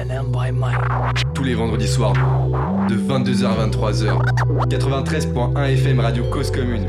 Panam by Mike. Tous les vendredis soirs, de 22h à 23h. 93.1 FM Radio Cause Commune.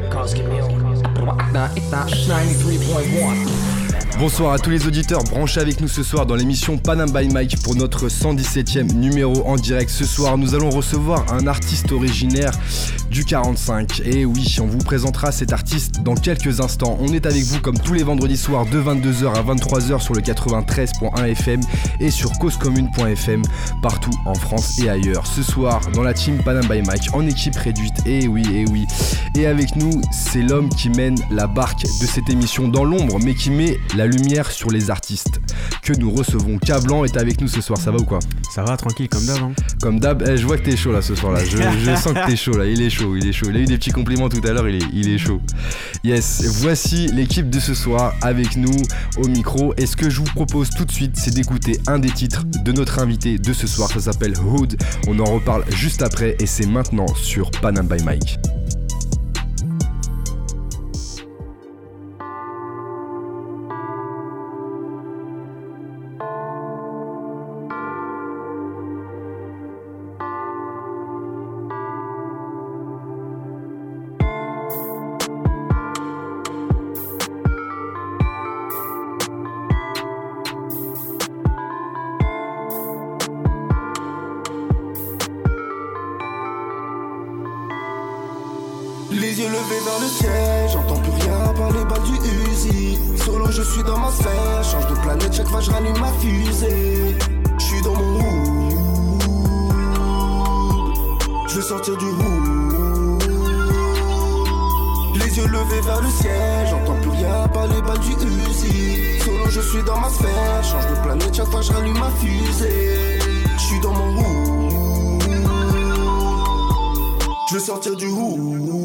Bonsoir à tous les auditeurs branchés avec nous ce soir dans l'émission Panam by Mike pour notre 117e numéro en direct. Ce soir, nous allons recevoir un artiste originaire du 45. Et oui, on vous présentera cet artiste dans quelques instants. On est avec vous comme tous les vendredis soirs de 22h à 23h sur le 93.1 FM et sur causecommune.fm partout en France et ailleurs. Ce soir, dans la team Panam by Mike, en équipe réduite. Et oui. Et avec nous, c'est l'homme qui mène la barque de cette émission dans l'ombre, mais qui met la lumière sur les artistes que nous recevons. Cablan est avec nous ce soir, ça va ou quoi? Ça va, tranquille, comme d'hab. Hein. Comme d'hab, je vois que t'es chaud là ce soir là, je sens que t'es chaud là, il est chaud. Il a eu des petits compliments tout à l'heure, il est chaud. Yes, voici l'équipe de ce soir avec nous au micro. Et ce que je vous propose tout de suite, c'est d'écouter un des titres de notre invité de ce soir, ça s'appelle Hood. On en reparle juste après et c'est maintenant sur Panam by Mike. Les yeux levés vers le ciel, j'entends plus rien par les balles du Uzi. Solo, je suis dans ma sphère, change de planète, chaque fois je rallume ma fusée. Je suis dans mon hood, je veux sortir du hood. Les yeux levés vers le ciel, j'entends plus rien par les balles du Uzi. Solo, je suis dans ma sphère, change de planète, chaque fois je rallume ma fusée. Je suis dans mon hood, je veux sortir du hood.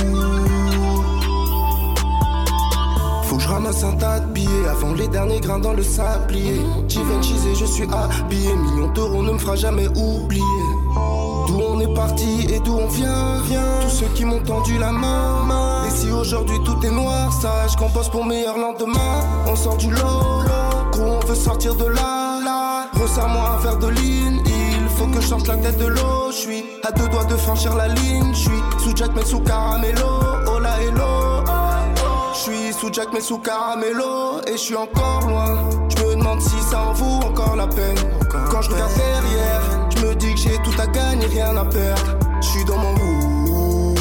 Faut que je ramasse un tas de billets avant les derniers grains dans le sablier. Givenchy et je suis habillé, millions d'euros ne me fera jamais oublier. D'où on est parti et d'où on vient, tous ceux qui m'ont tendu la main. Et si aujourd'hui tout est noir, sache qu'on bosse pour meilleur lendemain. On sort du lot, gros on veut sortir de là. Ressens-moi un verre de ligne, il faut que je sorte la tête de l'eau. Je suis à 2 doigts de franchir la ligne, je suis sous Jack mais sous caramello, oh la hello. Je suis sous Jack mais sous caramello et je suis encore loin. Je me demande si ça en vaut encore la peine. Quand je regarde derrière, je me dis que j'ai tout à gagner, rien à perdre. Je suis dans mon hood,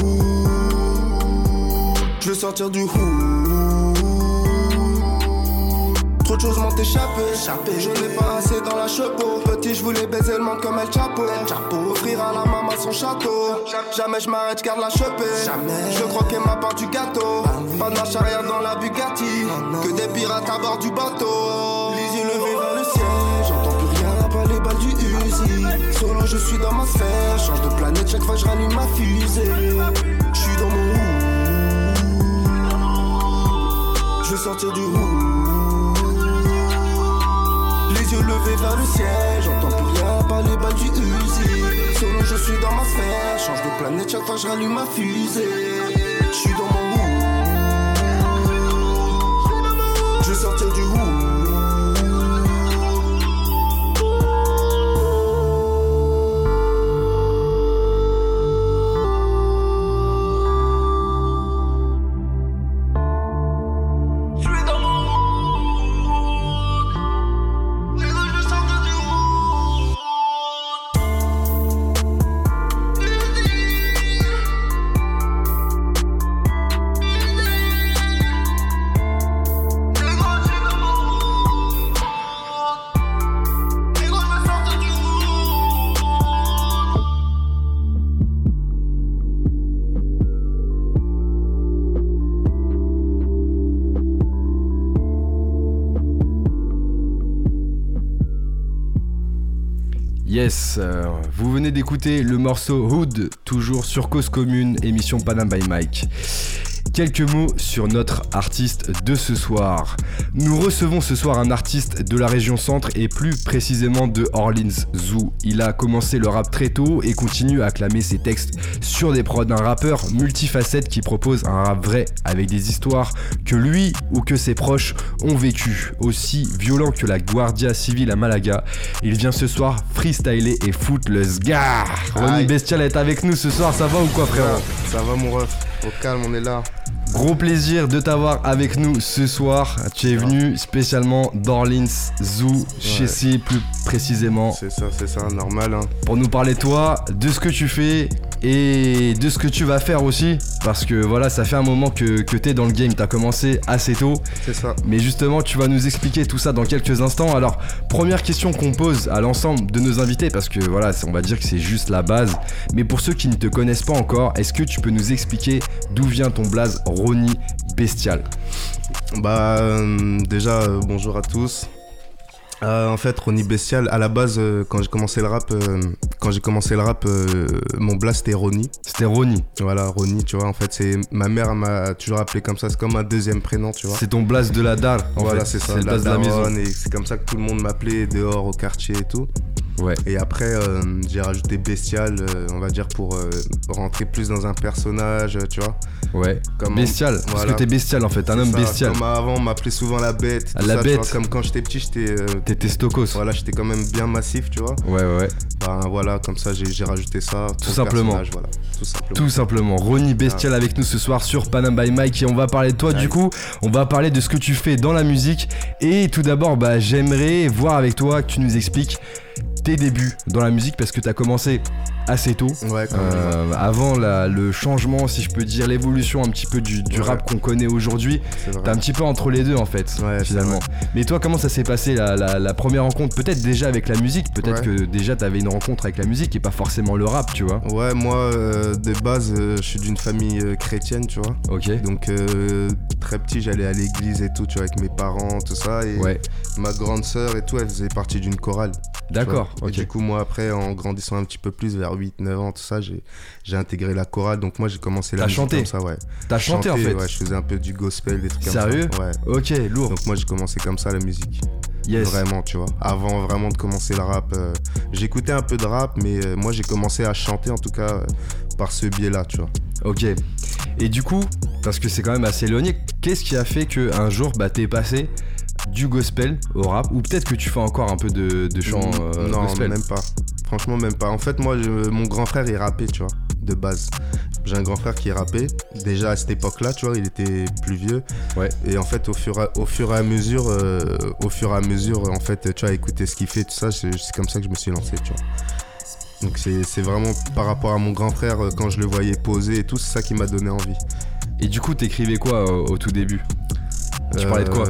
je veux sortir du hood. Trop de choses m'ont échappé. Je n'ai pas assez dans la chapeau. Petit, je voulais baiser le monde comme El Chapo. Offrir à la maman son château. Jamais je m'arrête, je garde la chepée. Je croquais ma part du gâteau. Pas de marche arrière dans la Bugatti. Que des pirates à bord du bateau. Les yeux levés vers le ciel, j'entends plus rien par les balles du Uzi. Solo, je suis dans ma sphère. Change de planète, chaque fois je rallume ma fusée. Je suis dans mon hood, je veux sortir du hood. Les yeux levés vers le ciel, j'entends plus rien par les balles du Uzi. Solo, je suis dans ma sphère, change de planète chaque fois je rallume ma fusée. Je suis dans mon hood, je veux sortir du hood. Yes, vous venez d'écouter le morceau Hood, toujours sur Cause Commune, émission Panam by Mike. Quelques mots sur notre artiste de ce soir. Nous recevons ce soir un artiste de la région centre et plus précisément de Orleans Zoo. Il a commencé le rap très tôt et continue à clamer ses textes sur des prods. Un rappeur multifacette qui propose un rap vrai avec des histoires que lui ou que ses proches ont vécues. Aussi violent que la Guardia Civile à Malaga, il vient ce soir freestyler et foutre le sgar. Ronnie Bestial est avec nous ce soir, ça va ou quoi frérot? Ça va mon ref, au calme on est là. Gros plaisir de t'avoir avec nous ce soir. Tu es venu spécialement d'Orleans Zoo, chez C plus précisément. C'est ça, normal. Hein. Pour nous parler de toi, de ce que tu fais et de ce que tu vas faire aussi. Parce que voilà, ça fait un moment que t'es dans le game, t'as commencé assez tôt. C'est ça. Mais justement, tu vas nous expliquer tout ça dans quelques instants. Alors, première question qu'on pose à l'ensemble de nos invités, parce que voilà, on va dire que c'est juste la base. Mais pour ceux qui ne te connaissent pas encore, est-ce que tu peux nous expliquer d'où vient ton blaze Ronnie Bestial? Bonjour à tous. En fait, Ronnie Bestial, à la base, quand j'ai commencé le rap, mon blaze c'était Ronnie. C'était Ronnie. Voilà, Ronnie, tu vois. En fait, c'est ma mère m'a toujours appelé comme ça. C'est comme un deuxième prénom, tu vois. C'est ton blaze de la dalle. Voilà, c'est ça. C'est le blaze de la maison. Et c'est comme ça que tout le monde m'appelait dehors au quartier et tout. Ouais. Et après, j'ai rajouté Bestial, on va dire pour rentrer plus dans un personnage, tu vois. Ouais. Comme bestial. Voilà. Parce que t'es bestial en fait, un homme bestial. Comme avant, on m'appelait souvent la bête. La bête. Tu vois, comme quand j'étais petit, t'étais stokos. Voilà, j'étais quand même bien massif, tu vois. Ouais. Ben voilà, comme ça, j'ai rajouté ça. Tout simplement. Voilà. Tout simplement. Ronnie Bestial avec nous ce soir sur Panam by Mike et on va parler de toi. Du coup, on va parler de ce que tu fais dans la musique. Et tout d'abord, j'aimerais voir avec toi que tu nous expliques tes débuts dans la musique parce que t'as commencé assez tôt. Ouais, quand même. Avant le changement, si je peux dire, l'évolution un petit peu du rap qu'on connaît aujourd'hui. T'es un petit peu entre les deux en fait, finalement. Mais toi, comment ça s'est passé la première rencontre? Peut-être déjà avec la musique, peut-être que déjà t'avais une rencontre avec la musique et pas forcément le rap, tu vois. Ouais, moi de base, je suis d'une famille chrétienne, tu vois. Ok. Donc très petit, j'allais à l'église et tout, tu vois, avec mes parents, tout ça. Et ma grande sœur et tout, elle faisait partie d'une chorale. D'accord. Et du coup, moi après, en grandissant un petit peu plus, vers 8-9 ans, tout ça, j'ai intégré la chorale. Donc moi, j'ai commencé la musique comme ça, ouais. T'as chanté en fait? Ouais, je faisais un peu du gospel, des trucs comme ça. Sérieux? Ouais. Ok, lourd. Donc moi, j'ai commencé comme ça la musique. Yes. Vraiment, tu vois. Avant vraiment de commencer le rap, j'écoutais un peu de rap, mais moi, j'ai commencé à chanter en tout cas par ce biais-là, tu vois. Ok. Et du coup, parce que c'est quand même assez éloigné, qu'est-ce qui a fait qu'un jour, t'es passé du gospel au rap, ou peut-être que tu fais encore un peu de chant gospel? Non, même pas. Franchement, même pas. En fait, moi, mon grand frère, il rappait, tu vois, de base. J'ai un grand frère qui rappait. Déjà à cette époque-là, tu vois, il était plus vieux. Ouais. Et en fait, au fur et à mesure, en fait, tu vois, écouter ce qu'il fait, tout ça, c'est comme ça que je me suis lancé, tu vois. Donc c'est vraiment par rapport à mon grand frère, quand je le voyais poser et tout, c'est ça qui m'a donné envie. Et du coup, t'écrivais quoi au tout début? Tu parlais de quoi?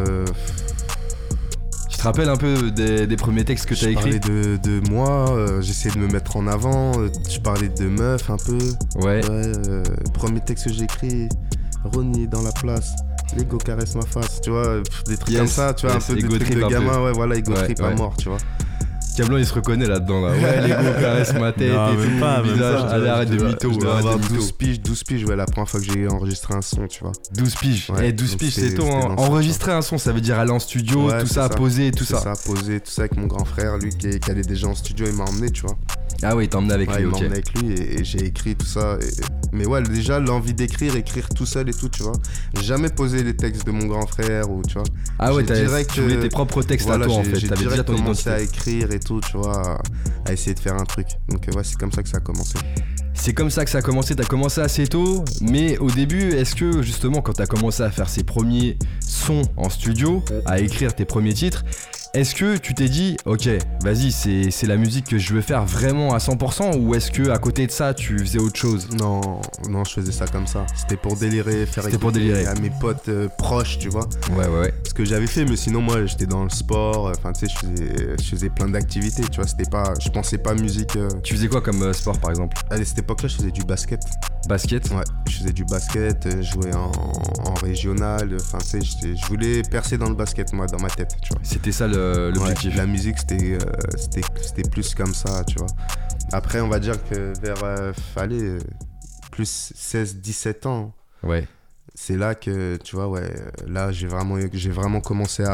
Tu te rappelles un peu des premiers textes que t'as écrits? Je parlais de moi, j'essayais de me mettre en avant, je parlais de meufs un peu. Ouais. Premier texte que j'ai écrit, Ronnie dans la place, l'ego caresse ma face, tu vois, des trucs comme ça, tu vois, un peu des trucs de gamin, ouais, voilà, ego trip à mort, tu vois. Cablon il se reconnaît là-dedans là. Ouais, l'ego caresse ma tête et tout, mon visage. Allez, arrête de mytho. Je dois avoir 12 piges, ouais, la première fois que j'ai enregistré un son, tu vois. 12 piges. Ouais, 12 piges, c'est tôt, hein. Enregistrer un son, ça veut dire aller en studio, tout ça, poser, tout ça. Poser, tout ça avec mon grand frère, lui qui allait déjà en studio, il m'a emmené, tu vois. Ah oui, il t'a emmené avec lui, il ok. m'a emmené avec lui et j'ai écrit tout ça. Mais ouais, déjà, l'envie d'écrire tout seul et tout, tu vois. J'ai jamais posé les textes de mon grand frère ou, tu vois. Ah ouais, tu voulais tes propres textes à toi, en fait. T'avais déjà ton commencé identité. à écrire et tout, tu vois, à essayer de faire un truc. Donc ouais, c'est comme ça que ça a commencé. C'est comme ça que ça a commencé, t'as commencé assez tôt, mais au début, est-ce que justement quand t'as commencé à faire ces premiers sons en studio, à écrire tes premiers titres, est-ce que tu t'es dit, ok, vas-y, c'est la musique que je veux faire vraiment à 100%, ou est-ce que à côté de ça, tu faisais autre chose? Non, je faisais ça comme ça. C'était pour délirer, faire écouter à mes potes proches, tu vois. Ouais. Ce que j'avais fait, mais sinon moi j'étais dans le sport, enfin tu sais, je faisais plein d'activités, tu vois, je pensais pas musique. Tu faisais quoi comme sport par exemple? À cette époque-là, je faisais du basket. Basket? Ouais, je faisais du basket, je jouais en régional, enfin tu sais, je voulais percer dans le basket moi, dans ma tête, tu vois. C'était ça l'objectif? Ouais, la musique c'était plus comme ça, tu vois. Après on va dire que vers plus 16-17 ans, ouais, c'est là que, tu vois, ouais, là, j'ai vraiment commencé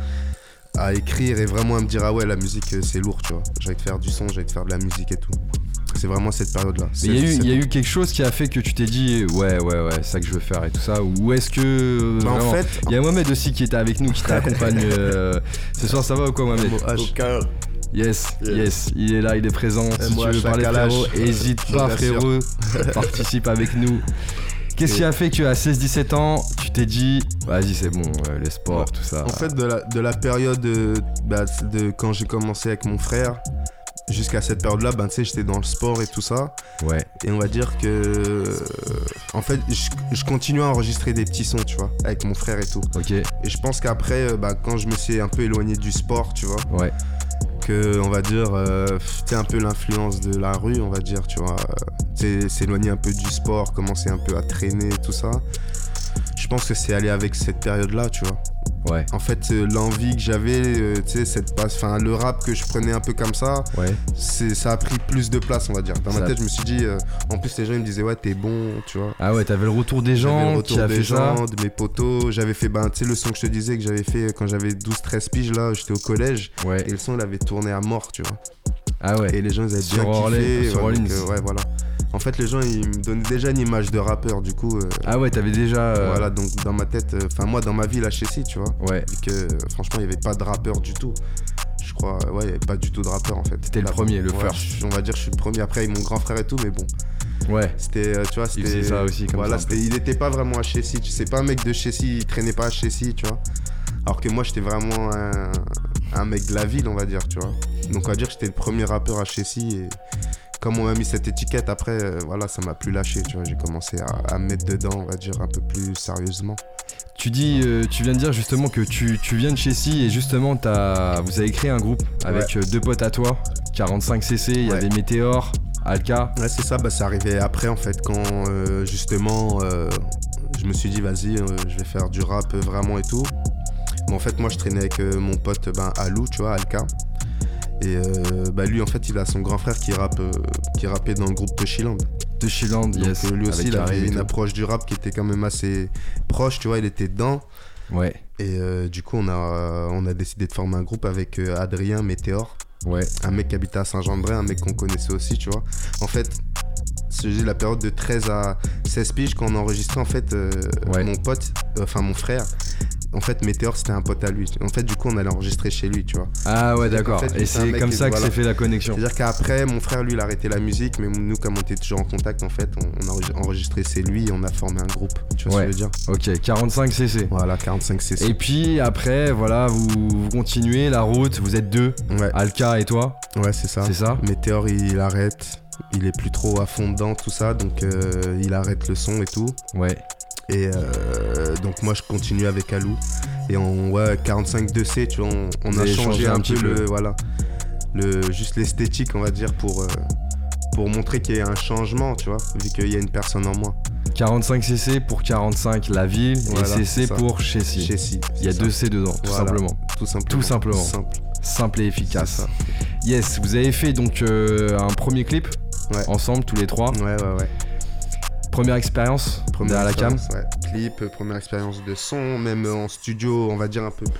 à écrire et vraiment à me dire, ah ouais, la musique, c'est lourd, tu vois. J'ai envie de faire du son, j'ai envie de faire de la musique et tout. C'est vraiment cette période-là. Mais il y a eu quelque chose qui a fait que tu t'es dit ouais, c'est ça que je veux faire et tout ça, ou est-ce que bah en fait, il y a Mohamed aussi qui était avec nous, qui t'accompagne ce soir, ça va ou quoi Mohamed? Yes, il est là, il est présent. Si tu veux parler frérot, hésite pas frérot, participe avec nous. Qu'est-ce qui a fait qu'à 16-17 ans, tu t'es dit, vas-y c'est bon, les sports, tout ça. En fait, de la période de quand j'ai commencé avec mon frère, jusqu'à cette période-là, tu sais, j'étais dans le sport et tout ça. Ouais. Et on va dire que, en fait, je continuais à enregistrer des petits sons, tu vois, avec mon frère et tout. Ok. Et je pense qu'après, quand je me suis un peu éloigné du sport, tu vois. Ouais. Que, on va dire, c'était un peu l'influence de la rue, on va dire, tu vois. S'éloigner un peu du sport, commencer un peu à traîner et tout ça. Je pense que c'est allé avec cette période-là, tu vois. Ouais. En fait, l'envie que j'avais, tu sais, le rap que je prenais un peu comme ça, ouais. Ça a pris plus de place, on va dire. Dans ma tête, je me suis dit, en plus, les gens ils me disaient, ouais, t'es bon, tu vois. Ah ouais, t'avais le retour des gens, qui a fait ça. De mes potos. J'avais fait, tu sais, le son que je te disais que j'avais fait quand j'avais 12-13 piges, là, j'étais au collège. Ouais. Et le son, il avait tourné à mort, tu vois. Ah ouais. Et les gens, ils avaient bien kiffé. Sur Orleans. Ouais, voilà. En fait, les gens, ils me donnaient déjà une image de rappeur, du coup. Ah ouais, t'avais déjà. Voilà, donc dans ma tête, moi, dans ma ville à Chessy, tu vois. Ouais. Vu que, franchement, il n'y avait pas de rappeur du tout. Je crois, ouais, il n'y avait pas du tout de rappeur, en fait. T'étais le premier, le first. On va dire, je suis le premier. Après, avec mon grand frère et tout, mais bon. Ouais. C'était, tu vois, c'était. Il faisait ça aussi, comme voilà, ça. Il n'était pas vraiment à Chessy. Tu sais, pas un mec de Chessy, il traînait pas à Chessy, tu vois. Alors que moi, j'étais vraiment un mec de la ville, on va dire, tu vois. Donc, on va dire que j'étais le premier rappeur à Chessy et. Comme on m'a mis cette étiquette, après, voilà, ça m'a plus lâché, tu vois. J'ai commencé à me mettre dedans, on va dire, un peu plus sérieusement. Tu dis, tu viens de dire justement que tu viens de Chessy et justement, vous avez créé un groupe avec deux potes à toi, 45cc, il y avait Météor, Alka. Ouais, c'est ça, c'est arrivé après, en fait, quand justement, je me suis dit, vas-y, je vais faire du rap vraiment et tout. Mais en fait, moi, je traînais avec mon pote Alou, tu vois, Alka. Et lui en fait il a son grand frère qui rappait dans le groupe Toshiland. Toshiland, yes. Donc lui aussi il avait une approche du rap qui était quand même assez proche, tu vois, il était dedans. Ouais. Et du coup on a décidé de former un groupe avec Adrien Météor. Ouais. Un mec qui habitait à Saint-Jean-de-Bray, un mec qu'on connaissait aussi, tu vois. En fait, c'est la période de 13 à 16 piges quand on enregistrait en fait mon pote, mon frère. En fait, Météor, c'était un pote à lui. En fait, du coup, on allait enregistrer chez lui, tu vois. Ah ouais, d'accord. Et c'est comme ça que s'est fait la connexion. C'est-à-dire qu'après, mon frère, lui, il a arrêté la musique, mais nous, comme on était toujours en contact, en fait, on a enregistré chez lui et on a formé un groupe. Tu vois ce que je veux dire ? Ok, 45cc. Voilà, 45cc. Et puis après, voilà, vous continuez la route, vous êtes deux. Ouais. Alka et toi. Ouais, c'est ça. C'est ça. Météor, il arrête. Il est plus trop à fond dedans, tout ça, donc il arrête le son et tout. Ouais. Et donc moi je continue avec Alou et 45-2C, tu vois, on a changé un petit peu juste l'esthétique, on va dire, pour montrer qu'il y a un changement, tu vois, vu qu'il y a une personne en moins. 45cc pour 45 la ville, voilà, et cc pour Chessy. Chessy. Il y a 2C dedans, tout simplement. Tout simplement. Simple et efficace. Yes, vous avez fait donc un premier clip ensemble tous les trois. Ouais. Première expérience derrière la cam. Ouais. Clip, première expérience de son, même en studio, on va dire un peu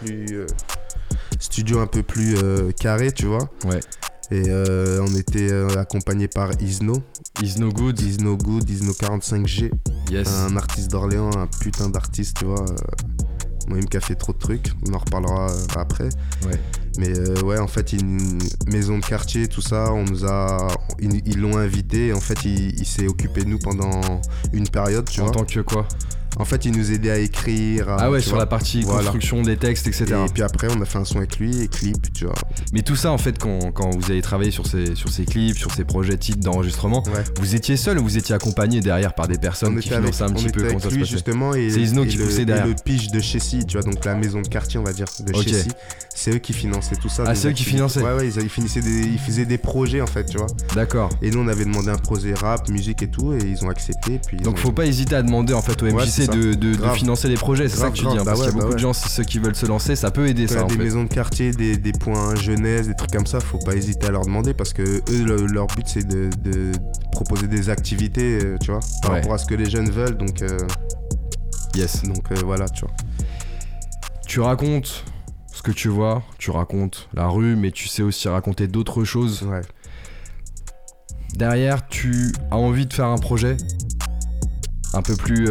plus carré, tu vois. Ouais. Et on était accompagné par Isno. Isno Good, Isno 45G. Yes. Un artiste d'Orléans, un putain d'artiste, tu vois. Moi, il me fait trop de trucs, on en reparlera après. Ouais. Mais en fait, une maison de quartier, tout ça, ils l'ont invité et en fait, il s'est occupé de nous pendant une période, tu vois. En tant que quoi ? En fait, il nous aidait à écrire. Sur la partie construction des textes, etc. Et puis après, on a fait un son avec lui et clip, tu vois. Mais tout ça, en fait, quand vous avez travaillé sur ces clips, sur ces projets titres d'enregistrement, vous étiez seul ou vous étiez accompagné derrière par des personnes qui finançaient un petit peu comment ça se passait ? Justement, et c'est Isno qui poussait derrière. Et le pige de Chessy, tu vois, donc la maison de quartier, on va dire, de Chessy. C'est eux qui finançaient tout ça. Ah, c'est eux qui finançaient ? Ouais, ils faisaient des projets, en fait, tu vois. D'accord. Et nous, on avait demandé un projet rap, musique et tout, et ils ont accepté. Puis donc, faut pas hésiter à demander, en fait, au MJC de financer les projets, c'est ça que tu dis, parce qu'il y a beaucoup de gens, ceux qui veulent se lancer, ça peut aider ça. Des maisons de quartier, des points jeunesse, des trucs comme ça, faut pas hésiter à leur demander parce que eux, leur but c'est de proposer des activités, tu vois, par rapport à ce que les jeunes veulent. Donc Yes. Donc voilà, tu vois. Tu racontes ce que tu vois, tu racontes la rue, mais tu sais aussi raconter d'autres choses. Ouais. Derrière, tu as envie de faire un projet un peu plus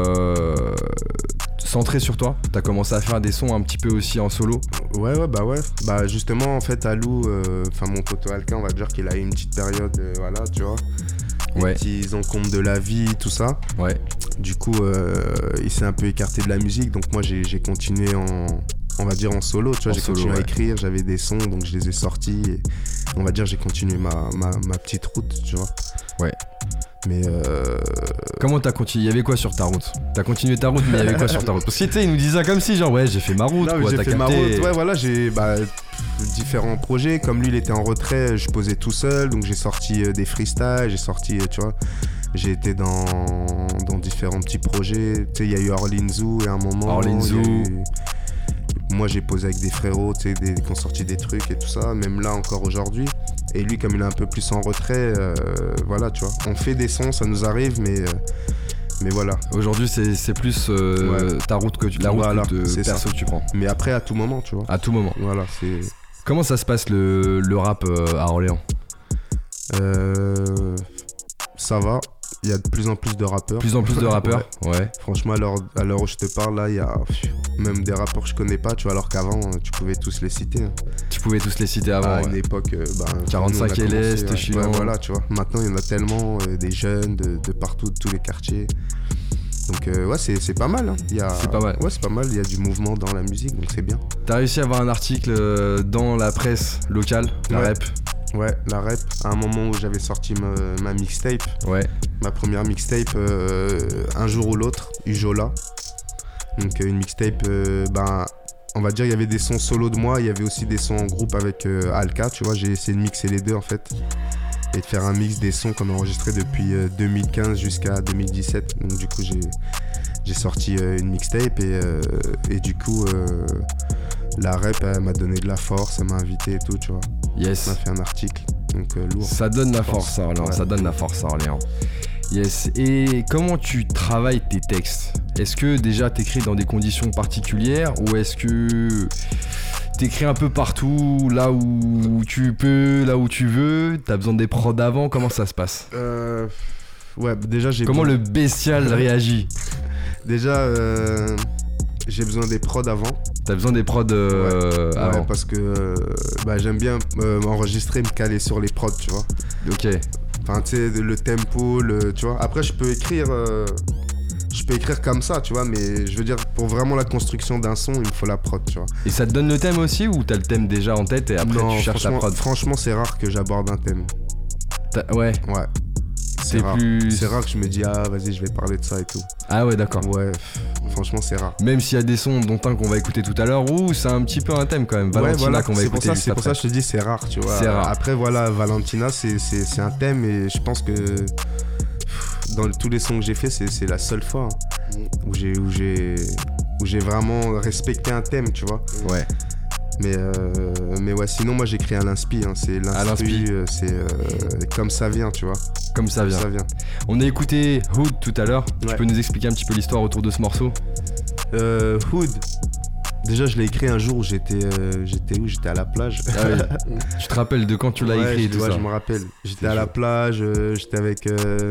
centré sur toi. T'as commencé à faire des sons un petit peu aussi en solo. Ouais. Bah justement, en fait, Alou, mon poteau Alka, on va dire qu'il a eu une petite période, voilà, tu vois. Ouais. Ils ont compte de la vie, tout ça. Ouais. Du coup, il s'est un peu écarté de la musique, donc moi j'ai continué on va dire en solo, tu vois, j'ai continué à écrire, j'avais des sons, donc je les ai sortis, et on va dire j'ai continué ma petite route, tu vois. Ouais. Mais comment t'as continué? Il y avait quoi sur ta route? T'as continué ta route, mais il y avait quoi sur ta route? Parce que tu sais, il nous disait ça comme si, genre, ouais, j'ai fait ma route, non, quoi, j'ai t'as fait capté. ma route, ouais, voilà, j'ai différents projets. Comme lui, il était en retrait, je posais tout seul, donc j'ai sorti des freestyles, j'ai sorti, tu vois, j'ai été dans différents petits projets. Tu sais, il y a eu Orlin Zoo et à un moment. Orlin Zoo. Moi, j'ai posé avec des frérots, tu sais, qui ont sorti des trucs et tout ça, même là encore aujourd'hui. Et lui, comme il est un peu plus en retrait, voilà, tu vois. On fait des sons, ça nous arrive, mais voilà. Aujourd'hui, c'est plus ta route la route voilà, perso que tu prends. Mais après, à tout moment, tu vois. À tout moment. Voilà, c'est. Comment ça se passe le rap à Orléans? Ça va. Il y a de plus en plus de rappeurs. Plus en plus de rappeurs, ouais. Franchement, à l'heure où je te parle, là, il y a même des rappeurs que je connais pas, tu vois, alors qu'avant, tu pouvais tous les citer. Hein. Tu pouvais tous les citer avant, à une époque, 45 LS, ouais, voilà, tu vois. Maintenant, il y en a tellement, des jeunes de partout, de tous les quartiers. Donc, ouais, c'est pas mal. Hein. C'est pas mal. Ouais, c'est pas mal. Il y a du mouvement dans la musique, donc c'est bien. T'as réussi à avoir un article dans la presse locale, la rap? Ouais, la rap. À un moment où j'avais sorti ma mixtape. Ouais. Ma première mixtape, Un jour ou l'autre, Ujola. Donc une mixtape, on va dire il y avait des sons solo de moi, il y avait aussi des sons en groupe avec Alka, tu vois. J'ai essayé de mixer les deux en fait. Et de faire un mix des sons qu'on a enregistrés depuis 2015 jusqu'à 2017. Donc du coup j'ai sorti une mixtape et du coup la rap elle m'a donné de la force, elle m'a invité et tout, tu vois. Yes. Elle m'a fait un article, donc lourd. Ça donne la force à Orléans, ça donne la force à Orléans. Yes. Et comment tu travailles tes textes? Est-ce que déjà t'écris dans des conditions particulières ou est-ce que t'écris un peu partout, là où tu peux, là où tu veux? T'as besoin des prods avant? Comment ça se passe? Ouais, déjà j'ai. Comment le bestial réagit? Déjà, j'ai besoin des prods avant. T'as besoin des prods avant? Ouais, parce que j'aime bien m'enregistrer, me caler sur les prods, tu vois. Ok. Enfin, tu sais, le tempo, tu vois. Après, je peux écrire comme ça, tu vois, mais je veux dire, pour vraiment la construction d'un son, il me faut la prod, tu vois. Et ça te donne le thème aussi ou t'as le thème déjà en tête et après tu cherches la prod? Franchement, c'est rare que j'aborde un thème. Ouais. Ouais. C'est rare. C'est rare que je me dis, ah, vas-y, je vais parler de ça et tout. Ah ouais, d'accord. Ouais, franchement, c'est rare. Même s'il y a des sons dont un qu'on va écouter tout à l'heure, où c'est un petit peu un thème quand même. Valentina, ouais, voilà, qu'on va écouter juste après. C'est pour ça que je te dis, c'est rare, tu vois. C'est rare. Après, voilà, Valentina, c'est un thème et je pense que dans tous les sons que j'ai fait, c'est la seule fois où j'ai vraiment respecté un thème, tu vois. Ouais. Mais ouais, sinon moi j'écris à l'inspi, hein. C'est l'inspi, c'est comme ça vient, tu vois. Comme ça vient. On a écouté Hood tout à l'heure. Ouais. Tu peux nous expliquer un petit peu l'histoire autour de ce morceau? Hood. Déjà je l'ai écrit un jour où j'étais où? J'étais à la plage. Ah oui. Tu te rappelles de quand tu l'as écrit et tout ça? Je me rappelle. J'étais à la plage, j'étais avec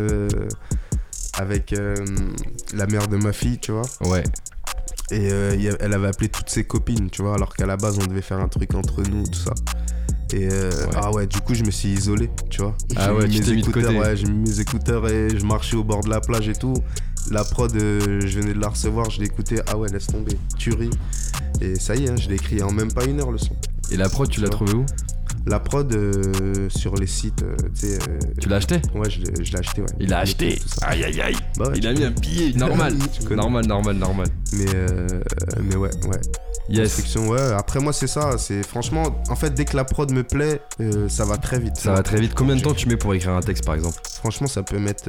la mère de ma fille, tu vois. Ouais. Et elle avait appelé toutes ses copines, tu vois, alors qu'à la base on devait faire un truc entre nous, tout ça. Et ah ouais, du coup je me suis isolé, tu vois. Ah ouais, tu t'es mis de côté. Ouais, j'ai mis mes écouteurs et je marchais au bord de la plage et tout. La prod, je venais de la recevoir, je l'ai écouté, ah ouais, laisse tomber, tuerie. Et ça y est, hein, je l'ai écrit en même pas une heure le son. Et la prod, tu l'as trouvé où? La prod sur les sites, tu sais. Tu l'as acheté? Ouais, je l'ai acheté, ouais. Il l'a acheté. Aïe aïe aïe. Bah ouais, il a mis un billet. Normal. normal. Mais ouais. Yes. Ouais. Après moi c'est ça. C'est franchement, en fait dès que la prod me plaît, ça va très vite. Ça va très vite. Combien de temps tu mets pour écrire un texte par exemple? Franchement ça peut mettre,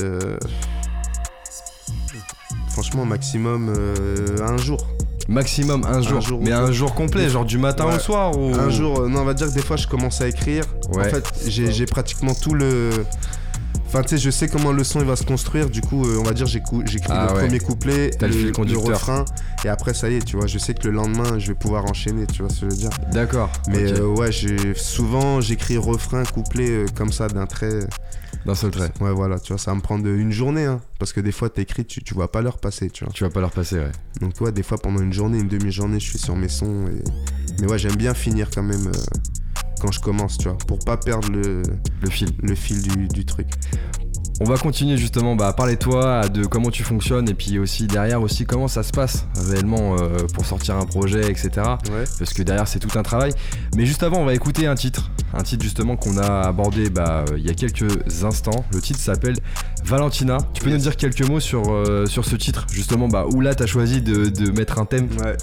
franchement maximum un jour. Maximum un jour, mais un jour complet, genre du matin au soir ou... Un jour, non, on va dire que des fois je commence à écrire. Ouais. En fait, j'ai pratiquement tout le... Enfin, tu sais, je sais comment le son il va se construire. Du coup, on va dire, j'écris le premier couplet, le refrain, et après, ça y est, tu vois. Je sais que le lendemain, je vais pouvoir enchaîner, tu vois ce que je veux dire. D'accord. Mais ouais, souvent, j'écris refrain, couplet comme ça, d'un trait. D'un seul trait. Ouais, voilà, tu vois, ça va me prendre une journée, hein. Parce que des fois, t'écris, tu vois pas l'heure passer, tu vois. Tu vas pas leur passer, ouais. Donc, ouais, des fois, pendant une journée, une demi-journée, je suis sur mes sons. Mais ouais, j'aime bien finir quand même quand je commence, tu vois, pour pas perdre le fil du truc. On va continuer justement à parler de toi, de comment tu fonctionnes et puis aussi derrière aussi comment ça se passe réellement pour sortir un projet, etc. Ouais. Parce que derrière c'est tout un travail. Mais juste avant on va écouter un titre justement qu'on a abordé il y a quelques instants. Le titre s'appelle Valentina. Tu peux nous dire quelques mots sur ce titre justement où là t'as choisi de mettre un thème? Ouais.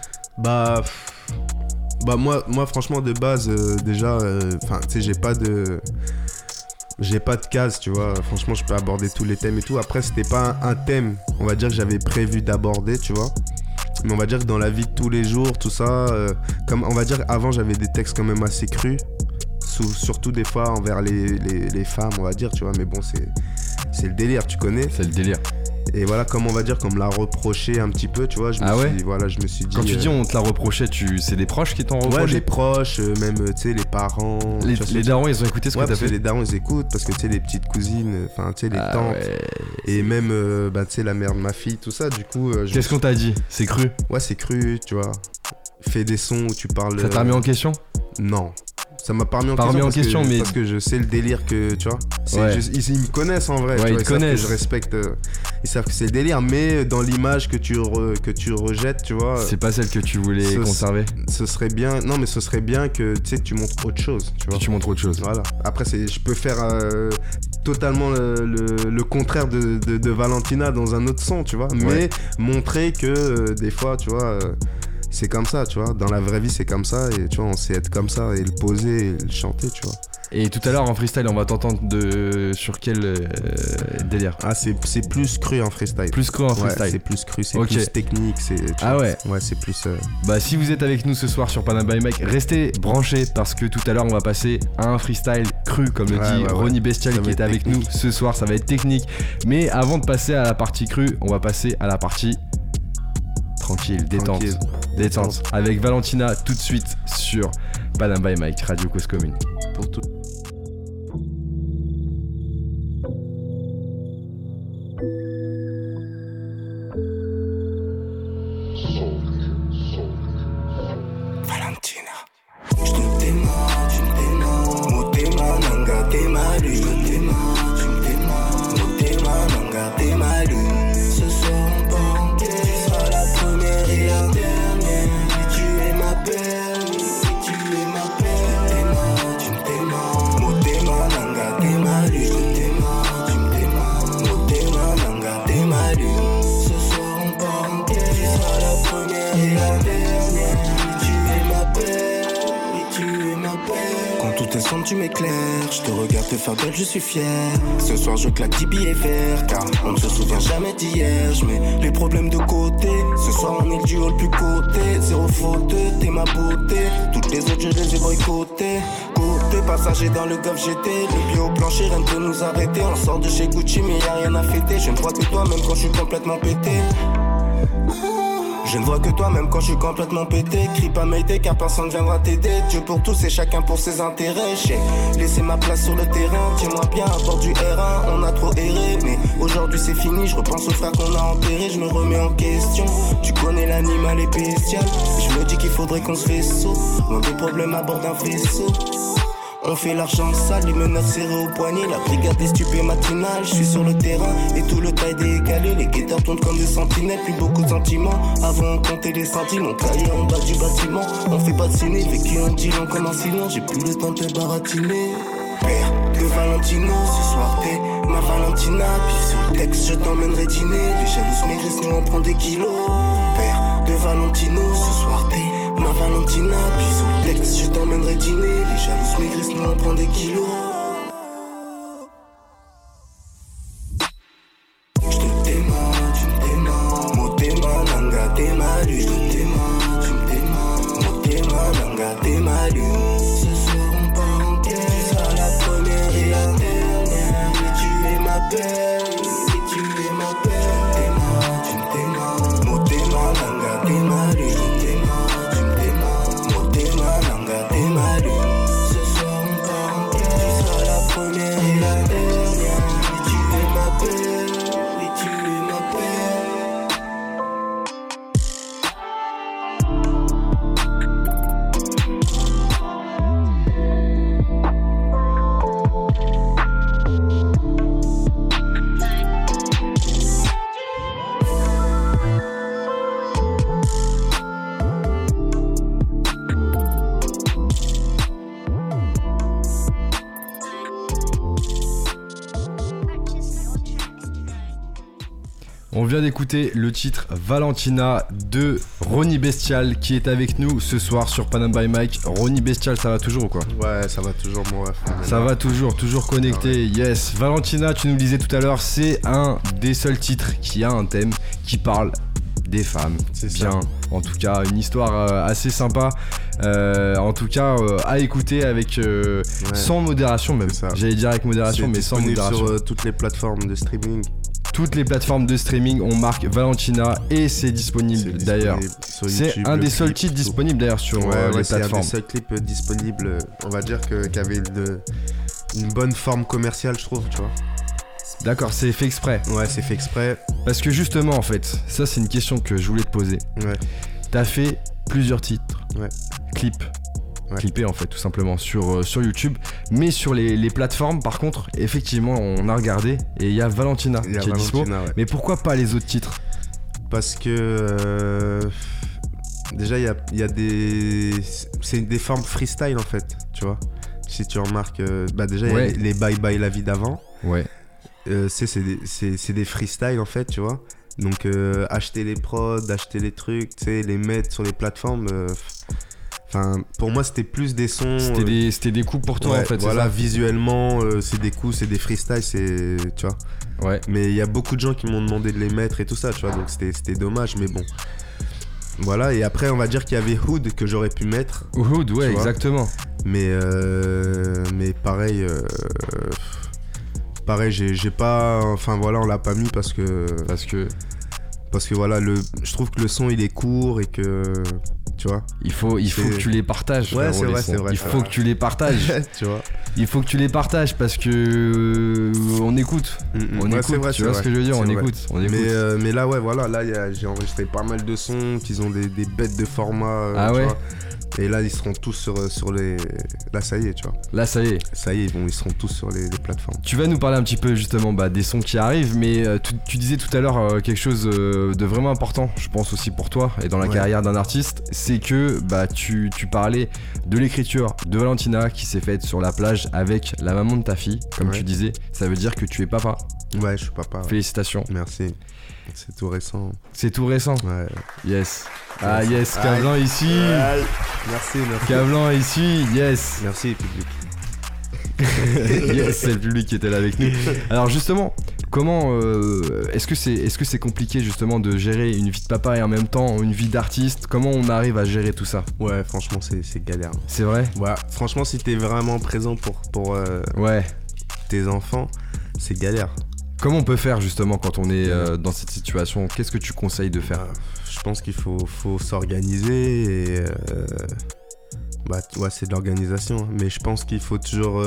Moi franchement de base déjà tu sais j'ai pas de case, tu vois. Franchement, je peux aborder tous les thèmes et tout. Après, c'était pas un thème, on va dire, que j'avais prévu d'aborder, tu vois. Mais on va dire que dans la vie de tous les jours, tout ça, comme on va dire, avant, j'avais des textes quand même assez crus. Surtout des fois envers les femmes, on va dire, tu vois. Mais bon, c'est le délire, tu connais. C'est le délire. Et voilà, comme on va dire, comme l'a reproché un petit peu, tu vois, je me suis dit... Quand tu dis on te l'a reproché, c'est des proches qui t'ont reproché? Ouais, les proches, même, tu sais, les parents... Les darons, ils ont écouté ce que t'as fait? Les darons, ils écoutent, parce que, tu sais, les petites cousines, enfin, tu sais, les tantes, et même, tu sais, la mère de ma fille, tout ça, du coup... Qu'est-ce qu'on t'a dit? C'est cru? Ouais, c'est cru, tu vois. Fais des sons où tu parles... Ça t'a remis en question? Non. Ça m'a pas remis en question, mais... parce que je sais le délire que, tu vois, ils me connaissent en vrai, ouais, tu vois, ils connaissent. savent que je respecte, ils savent que c'est le délire, mais dans l'image que tu rejettes, tu vois, c'est pas celle que tu voulais conserver. Ce serait bien que, tu sais, tu montres autre chose, tu vois. Tu montres autre chose. Voilà. Après, je peux faire totalement le contraire de Valentina dans un autre son, tu vois, mais montrer que des fois, tu vois... c'est comme ça, tu vois, dans la vraie vie c'est comme ça, et tu vois, on sait être comme ça et le poser et le chanter, tu vois. Et tout à l'heure en freestyle, on va t'entendre sur quel délire? Ah, c'est plus cru en freestyle. Plus cru en freestyle. Ouais, c'est plus cru, c'est plus technique, ouais. Ouais, c'est plus... si vous êtes avec nous ce soir sur Panam by Mike, restez branchés parce que tout à l'heure on va passer à un freestyle cru, comme le dit Ronnie Bestial qui est avec nous ce soir, ça va être technique. Mais avant de passer à la partie crue, on va passer à la partie... tranquille, détente. Avec Valentina tout de suite sur Panam by Mike, Radio Cause Commune. Pour tout. Valentina. Je te démarre, tu me démarres. Motema, nanga, t'es ma lune. Tu me démarres. Motema, nanga, t'es ma lune. Ce soir on part, tu seras la première et la dernière. Et tu es ma belle, et tu es ma belle. Tu me démarres. Motema, nanga, t'es ma lune. Tu me démarres. Motema, nanga, t'es ma lune. Ce soir on part, tu seras la première et la dernière. Et tu es ma belle, et tu es ma belle. Quand tout est sombre, tu m'éclaires. Je te regarde te faire belle, je suis fier. Ce soir, je claque 10 billets verts. Car on ne se souvient jamais d'hier. Je mets les problèmes de côté. Ce soir, on est le duo le plus coté. Zéro faute, t'es ma beauté. Toutes les autres, je les ai boycottées. Côté passager dans le golf GT. Le pied au plancher, rien ne peut nous arrêter. On sort de chez Gucci, mais y'a rien à fêter. Je ne vois que toi, même quand je suis complètement pété. Je ne vois que toi même quand je suis complètement pété. Crie pas m'aider car personne viendra t'aider. Dieu pour tous et chacun pour ses intérêts. J'ai laissé ma place sur le terrain. Tiens-moi bien à bord du R1. On a trop erré mais aujourd'hui c'est fini. Je repense aux frères qu'on a enterrés. Je me remets en question. Tu connais l'animal et bestial. Je me dis qu'il faudrait qu'on se faisceau. Loin des problèmes à bord d'un vaisseau. On fait l'argent sale, les menottes serrées au poignet. La brigade des stupés matinales, je suis sur le terrain. Et tout le taille décalé, les guetteurs tournent comme des sentinelles. Plus beaucoup de sentiments, avant on comptait les centimes. On caillait en bas du bâtiment, on fait pas de ciné. Vécu en dealant comme un silence, j'ai plus le temps de te baratiner. Père de Valentino, ce soir t'es ma Valentina. Puis sur le texte, je t'emmènerai dîner. Les jalouses maigrissent, nous on prend des kilos. Père de Valentino, ce soir t'es ma Valentina, puis sous le texte, je t'emmènerai dîner. Les jalouses maigrissent, nous on prend des kilos. Je te démarre, tu me démarres. Motema, nanga, t'es ma lune. Je te démarre, tu me démarres. Motema, nanga, t'es ma lune. Ce soir on part en guerre. Tu seras la première et la dernière. Et tu es On vient d'écouter le titre Valentina de Ronnie Bestial qui est avec nous ce soir sur Panam by Mike. Ronnie Bestial, ça va toujours ou quoi? Ouais, ça va toujours, mon ref. Ça va toujours connecté, yes. Valentina, tu nous le disais tout à l'heure, c'est un des seuls titres qui a un thème qui parle des femmes. C'est bien, ça. en tout cas, une histoire assez sympa. En tout cas, à écouter avec sans modération même. J'allais dire avec modération, mais sans modération. Sur toutes les plateformes de streaming. Toutes les plateformes de streaming, on marque Valentina et c'est disponible d'ailleurs. C'est un des seuls titres disponibles d'ailleurs sur les plateformes. C'est un des seuls clips disponibles. On va dire qu'il y avait une bonne forme commerciale, je trouve, tu vois. D'accord, c'est fait exprès. Ouais, c'est fait exprès. Parce que justement, en fait, ça c'est une question que je voulais te poser. Ouais. T'as fait plusieurs titres, clips. Ouais. Clippé en fait tout simplement sur YouTube, mais sur les plateformes par contre effectivement on a regardé et il y a Valentina qui est dispo, mais pourquoi pas les autres titres? Parce que déjà il y a c'est des formes freestyle en fait, tu vois, si tu remarques déjà il y a les Bye Bye la vie d'avant, c'est des freestyles en fait, tu vois, donc acheter les prods, acheter les trucs, tu sais, les mettre sur les plateformes. Enfin, pour moi, c'était plus des sons. C'était des coups pour toi en fait. Voilà, visuellement, c'est des coups, c'est des freestyles, c'est. Tu vois. Ouais. Mais il y a beaucoup de gens qui m'ont demandé de les mettre et tout ça, tu vois, donc c'était dommage, mais bon. Voilà, et après, on va dire qu'il y avait Hood que j'aurais pu mettre. Hood, ouais, exactement. Mais pareil. Pareil, j'ai pas. Enfin voilà, on l'a pas mis parce que voilà, je trouve que le son il est court et que. Tu vois, il faut que tu les partages. Ouais, c'est vrai. Il faut que tu les partages. Tu vois. Il faut que tu les partages parce que on écoute. On écoute. C'est vrai, tu vois ce que je veux dire, on écoute. Mais là, ouais, voilà, là j'ai enregistré pas mal de sons qui ont des bêtes de format. Ah ouais. Vois. Et là, ils seront tous sur les. Là, ça y est, tu vois. Là, ça y est. Ça y est, ils seront tous sur les plateformes. Tu vas nous parler un petit peu justement des sons qui arrivent, mais tu disais tout à l'heure quelque chose de vraiment important, je pense aussi pour toi et dans la carrière d'un artiste, c'est que tu parlais de l'écriture de Valentina qui s'est faite sur la plage avec la maman de ta fille, comme tu disais. Ça veut dire que tu es papa. Ouais, je suis papa. Félicitations. Merci. C'est tout récent. C'est tout récent. Ouais. Yes. Ah yes, Cavlan ici. Ouais. Merci. Cavlan ici, yes. Merci public. Yes, c'est le public qui était là avec nous. Alors justement, comment est-ce que c'est compliqué justement de gérer une vie de papa et en même temps une vie d'artiste? Comment on arrive à gérer tout ça? Ouais, franchement, c'est galère. C'est vrai? Ouais, franchement, si t'es vraiment présent pour tes enfants, c'est galère. Comment on peut faire justement quand on est dans cette situation? Qu'est-ce que tu conseilles de faire? Je pense qu'il faut s'organiser et c'est de l'organisation, hein. Mais je pense qu'il faut toujours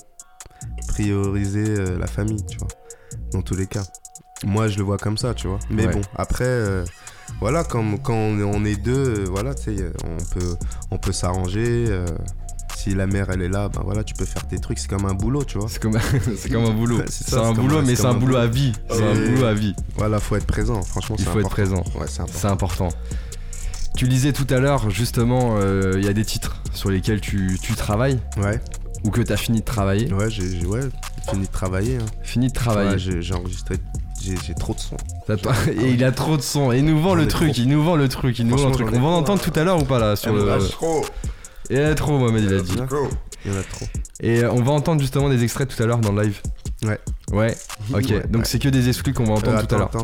prioriser la famille, tu vois, dans tous les cas. Moi, je le vois comme ça, tu vois. Mais bon, après, voilà, quand on est deux, voilà, tu sais, on peut s'arranger. Si la mère elle est là, voilà, tu peux faire tes trucs, c'est comme un boulot, tu vois. C'est comme un boulot. C'est un boulot, mais c'est un boulot à vie. C'est un boulot à vie. Voilà, faut être présent, franchement, il faut être présent. Ouais, c'est important. Tu disais tout à l'heure, justement, il y a des titres sur lesquels tu travailles. Ouais. Ou que t'as fini de travailler. Ouais, j'ai fini de travailler. Hein. Fini de travailler. Ouais, j'ai enregistré. J'ai trop de sons. Et il a trop de sons. Et il nous vend le truc. On va en entendre tout à l'heure ou pas là sur le. Il y en a trop, Mohamed, il a dit. Il y en a trop. Et on va entendre justement des extraits tout à l'heure dans le live. Ouais. Ok. Donc c'est que des exclus qu'on va entendre tout à l'heure.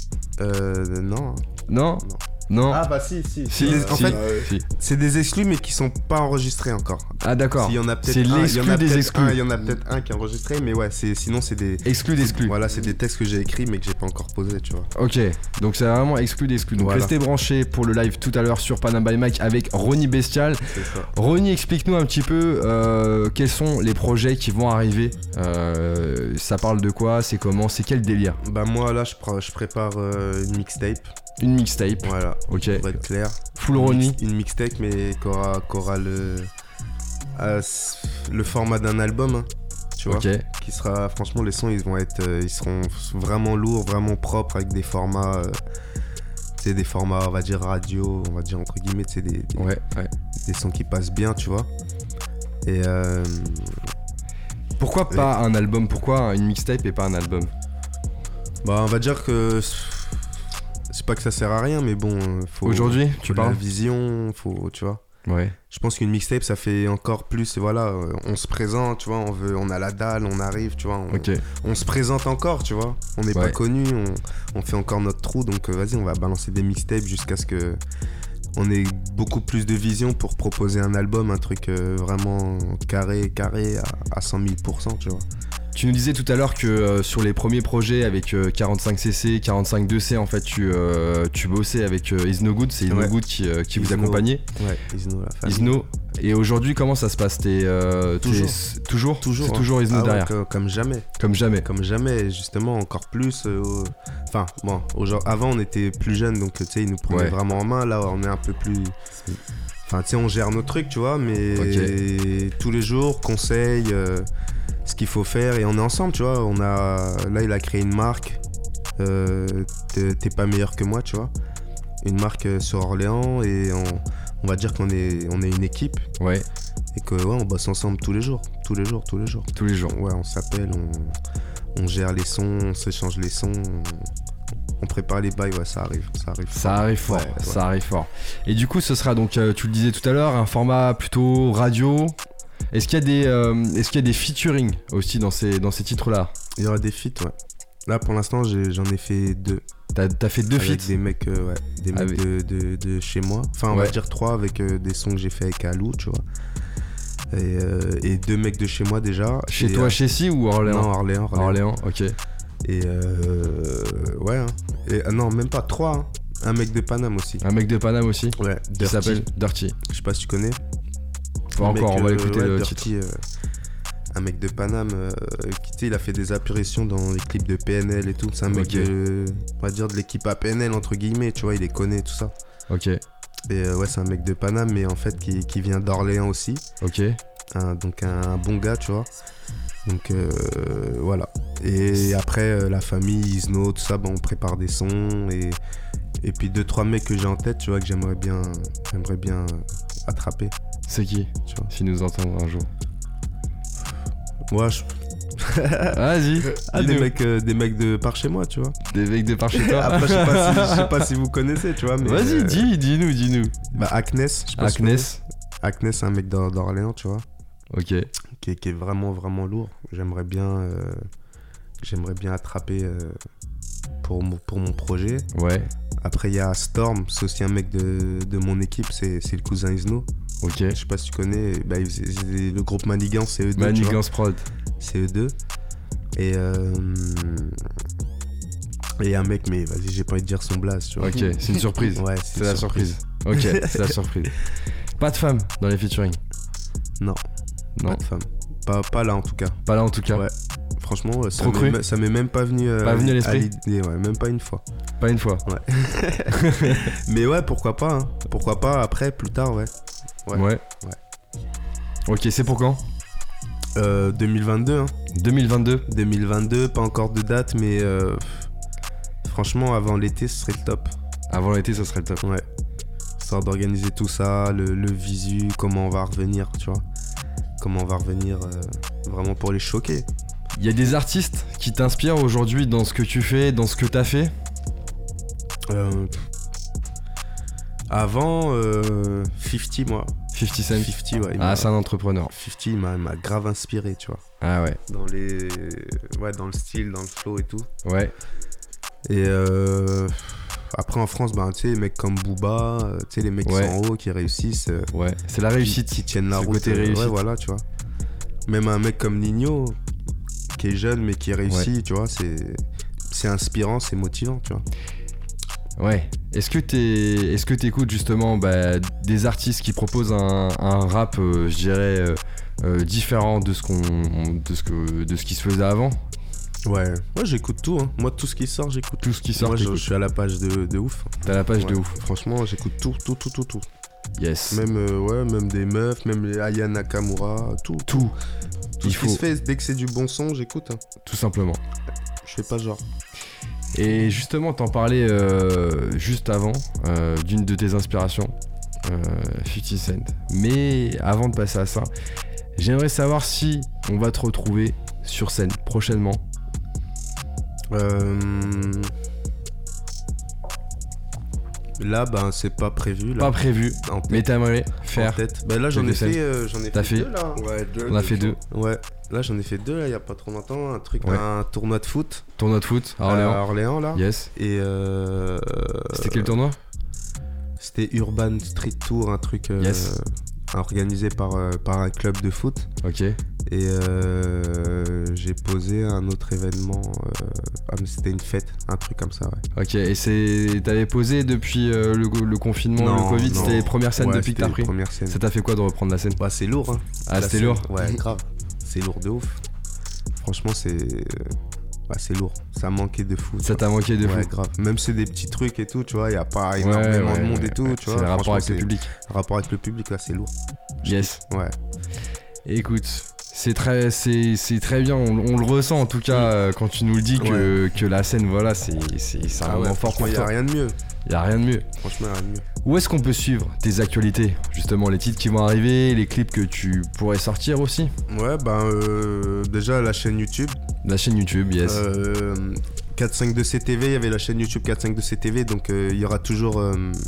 Non. Ah bah si. En fait, c'est des exclus mais qui sont pas enregistrés encore. Ah d'accord. Il y en a peut-être c'est l'exclu des exclus. Il y en a peut-être un qui est enregistré, mais ouais, sinon c'est des exclus d'exclus. Voilà, c'est des textes que j'ai écrits mais que j'ai pas encore posés, tu vois. Ok, donc c'est vraiment exclu d'exclus. Donc restez branchés pour le live tout à l'heure sur Panam by Mike avec Ronnie Bestial. C'est ça. Ronnie, explique-nous un petit peu quels sont les projets qui vont arriver. Ça parle de quoi? C'est comment? C'est quel délire? Bah moi là je prépare une mixtape. Une mixtape. Voilà. Ok. Pour être clair. Full Ronnie. Une mixtape mais qui aura le format d'un album, hein, tu vois. Ok. Qui sera, franchement, les sons ils seront vraiment lourds, vraiment propres avec des formats, c'est des formats, on va dire radio, on va dire entre guillemets, c'est des sons qui passent bien, tu vois. Et pourquoi pas un album? Pourquoi une mixtape et pas un album? Bah on va dire que pas que ça sert à rien, mais bon, faut. Aujourd'hui, faut tu de la parles vision, faut, tu vois. Ouais. Je pense qu'une mixtape, ça fait encore plus, voilà, on se présente, tu vois, on a la dalle, on arrive, tu vois, on se présente encore, tu vois. On n'est pas connu, on fait encore notre trou, donc vas-y, on va balancer des mixtapes jusqu'à ce que on ait beaucoup plus de vision pour proposer un album, un truc vraiment carré à 100 000%, tu vois. Tu nous disais tout à l'heure que sur les premiers projets avec 45cc, 45-2C, en fait, tu bossais avec Is No Good, c'est Is No Good qui vous accompagnait. Ouais, Isno, la famille. Isno. Et aujourd'hui, comment ça se passe? Toujours C'est toujours Isno derrière. Ouais, comme jamais. Comme jamais, justement, encore plus. Enfin, bon, avant, on était plus jeunes, donc tu sais, ils nous prenaient vraiment en main. Là, on est un peu plus. Enfin, tu sais, on gère nos trucs, tu vois, mais tous les jours, conseils. Ce qu'il faut faire et on est ensemble, tu vois. Là, il a créé une marque. T'es pas meilleur que moi, tu vois. Une marque sur Orléans et on va dire qu'on est une équipe. Ouais. Et que on bosse ensemble tous les jours. Tous les jours. Ouais, on s'appelle, on gère les sons, on s'échange les sons. On prépare les bails, ouais, ça arrive fort. Ça arrive fort. Et du coup, ce sera donc, tu le disais tout à l'heure, un format plutôt radio. Est-ce qu'il y a des featuring aussi dans ces titres-là? Il y aura des feats, ouais. Là, pour l'instant, j'en ai fait 2. T'as fait 2 feats? Avec des mecs, de chez moi. Enfin, on va dire 3 avec des sons que j'ai fait avec Alou, tu vois. Et 2 mecs de chez moi déjà. Chez toi, chez Si ou Orléans? Non, Orléans, ok. Et ouais. Hein. Et, non, même pas 3. Hein. Un mec de Paname aussi. Ouais. Qui s'appelle Dirty. Je sais pas si tu connais. Pas encore, on va écouter le Dirty, titre. Un mec de Paname qui, il a fait des apparitions dans les clips de PNL et tout. C'est un mec, on va dire, de l'équipe APNL, entre guillemets, tu vois, il les connaît, tout ça. Ok. Et ouais, c'est un mec de Paname, mais en fait, qui vient d'Orléans aussi. Ok. Donc un bon gars, tu vois. Donc voilà. Et après, la famille, Isno, tout ça, on prépare des sons. Et puis 2-3 mecs que j'ai en tête, tu vois, que j'aimerais bien attraper. C'est qui, tu vois, si nous entendons un jour? Moi, Vas-y. Des mecs de par chez moi, tu vois. Des mecs de par chez toi. Après, je sais pas si vous connaissez, tu vois. Mais vas-y, dis-nous. Bah, Acnes, je pense. Acnes, c'est un mec d'Orléans, tu vois. Ok. Qui est vraiment, vraiment lourd. J'aimerais bien attraper pour mon projet. Ouais. Après, il y a Storm, c'est aussi un mec de mon équipe, c'est le cousin Isno. Ok. Je sais pas si tu connais, le groupe Manigance, c'est eux deux. Manigance Prod. C'est eux deux. Et un mec, mais vas-y, j'ai pas envie de dire son blaze, tu vois. Ok, c'est une surprise. Ouais, c'est la surprise. Ok, c'est la surprise. Pas de femme dans les featuring? Non. Pas de femme. Pas là en tout cas. Ouais. Franchement, ça m'est même pas venu à l'esprit. Ouais, même pas une fois. Pas une fois. Ouais. Mais ouais, pourquoi pas, hein. Pourquoi pas après, plus tard, ouais. Ok, c'est pour quand? 2022, hein. 2022, pas encore de date, mais franchement, avant l'été, ce serait le top. Avant l'été, ça serait le top. Ouais. Histoire d'organiser tout ça, le visu, comment on va revenir, tu vois. Comment on va revenir vraiment pour les choquer. Il y a des artistes qui t'inspirent aujourd'hui dans ce que tu fais, dans ce que t'as fait? Avant, 50, moi. 50 Cent. 50, ouais. C'est un entrepreneur. 50, il m'a grave inspiré, tu vois. Ah ouais. Dans le style, dans le flow et tout. Ouais. Et après en France, tu sais, les mecs comme Booba, tu sais, les mecs qui sont en haut, qui réussissent. Ouais, c'est la réussite. Qui tiennent la route. Côté réussite. Ouais, voilà, tu vois. Même un mec comme Nino, qui est jeune mais qui réussit, tu vois, c'est inspirant, c'est motivant, tu vois. Ouais. Est-ce que t'écoutes justement des artistes qui proposent un rap, je dirais, différent de ce qui se faisait avant? Ouais, moi j'écoute tout, hein. Moi tout ce qui sort, j'écoute. Tout ce qui sort, moi je suis à la page de ouf. T'as la page de ouf. Franchement, j'écoute tout. Yes. Même des meufs, même les Aya Nakamura, tout. Tout ce qui se fait, dès que c'est du bon son, j'écoute. Hein. Tout simplement. Je fais pas genre. Et justement, t'en parlais juste avant d'une de tes inspirations, 50 Cent. Mais avant de passer à ça, j'aimerais savoir si on va te retrouver sur scène prochainement. Là, ben, c'est pas prévu. Là. Pas prévu, En tête. mais t'aimerais En faire. tête. Ben là, j'en ai quelques scènes. fait, T'as fait deux, là. Ouais, deux. On a fait 2. Ouais. Là, j'en ai fait 2, là, il y a pas trop longtemps. Ouais. Un tournoi de foot. Tournoi de foot à Orléans. Là. Yes. Et C'était quel tournoi? C'était Urban Street Tour, un truc Yes. organisé par un club de foot. Ok. Et j'ai posé un autre événement. Mais c'était une fête, un truc comme ça, ouais. Ok, et t'avais posé depuis le confinement, Non, le Covid, non. c'était les premières scènes Ouais, depuis que t'as c'était pris? les premières scènes. Ça t'a fait quoi de reprendre la scène? Bah, c'est lourd, hein. Ah, La c'était scène. lourd? Ouais, grave. C'est lourd de ouf. Franchement, c'est lourd. Ça manquait de fou. Ça t'a manqué de Ouais, fou? grave. Même c'est des petits trucs et tout, tu vois, il n'y a pas énormément de monde et tout, tu vois. C'est le rapport Franchement, avec le public. Rapport avec le public, là, c'est lourd. Yes. Ouais. Écoute, c'est très bien, on le ressent en tout cas quand tu nous le dis que la scène, voilà, c'est un moment fort pour Il n'y a toi. rien de mieux. Il y a rien de mieux. Franchement, il n'y a rien de mieux. Où est-ce qu'on peut suivre tes actualités? Justement, les titres qui vont arriver, les clips que tu pourrais sortir aussi? Ouais, déjà la chaîne YouTube. La chaîne YouTube, yes. 452CTV, il y avait la chaîne YouTube 452CTV, donc il y aura toujours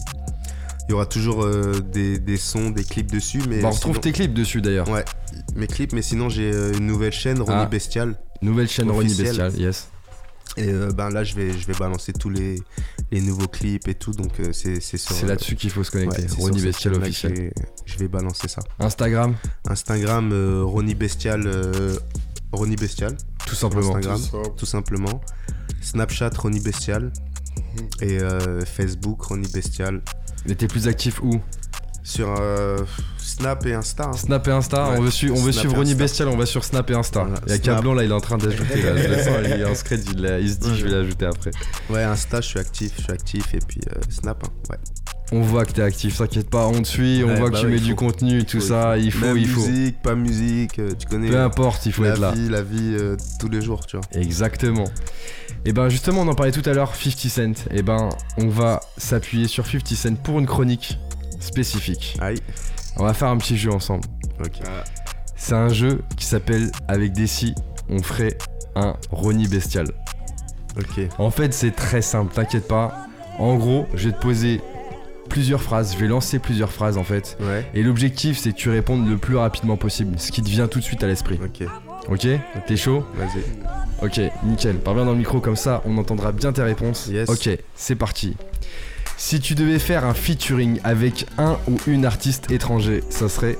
des sons, des clips dessus. Mais Bah, on retrouve sinon- tes clips dessus d'ailleurs. Ouais, mes clips, mais sinon j'ai une nouvelle chaîne, Ronnie Ah. Bestial. Nouvelle chaîne Ronnie Officielle. Bestial, yes. Et là, je vais balancer tous les nouveaux clips et tout, donc c'est sur. C'est là-dessus qu'il faut se connecter. ouais, c'est Ronnie sur cette Bestial chaîne-là que officiel. je vais balancer ça. Instagram, Instagram, Ronnie Bestial, Ronnie Bestial, tout simplement. Instagram, Tout ça. tout simplement. Snapchat, Ronnie Bestial. Et Facebook, Ronnie Bestial. Mais t'es plus actif où? Sur Snap et Insta. hein. Snap et Insta, Ouais. on veut suivre Snap et Ronnie Insta. Bestial, on va sur Snap et Insta. Voilà, Il y a Snap. Cablon là, il est en train d'ajouter, là, je le sens, il est en scred, il se dit Ouais. je vais l'ajouter après. Ouais, Insta, je suis actif. Et puis Snap, hein, ouais. On voit que t'es actif, t'inquiète pas, on te suit, on Ouais, voit bah que tu ouais, mets il du faut. contenu, tout ça, il faut. Musique, pas musique, tu connais. Peu importe, il faut être là. La vie tous les jours, tu vois. Exactement. Et ben justement, on en parlait tout à l'heure, 50 Cent. Et ben, on va s'appuyer sur 50 Cent pour une chronique spécifique. Aïe. On va faire un petit jeu ensemble. Ok. C'est un jeu qui s'appelle Avec Desi, on ferait un Ronnie Bestial. Ok. En fait, c'est très simple, t'inquiète pas. En gros, je vais te poser plusieurs phrases, je vais lancer plusieurs phrases en fait. Ouais. Et l'objectif, c'est que tu répondes le plus rapidement possible, ce qui te vient tout de suite à l'esprit. Ok. Ok? T'es chaud? Vas-y. Ok, nickel. Parle bien dans le micro comme ça, on entendra bien tes réponses. Yes. Ok, c'est parti. Si tu devais faire un featuring avec un ou une artiste étranger, ça serait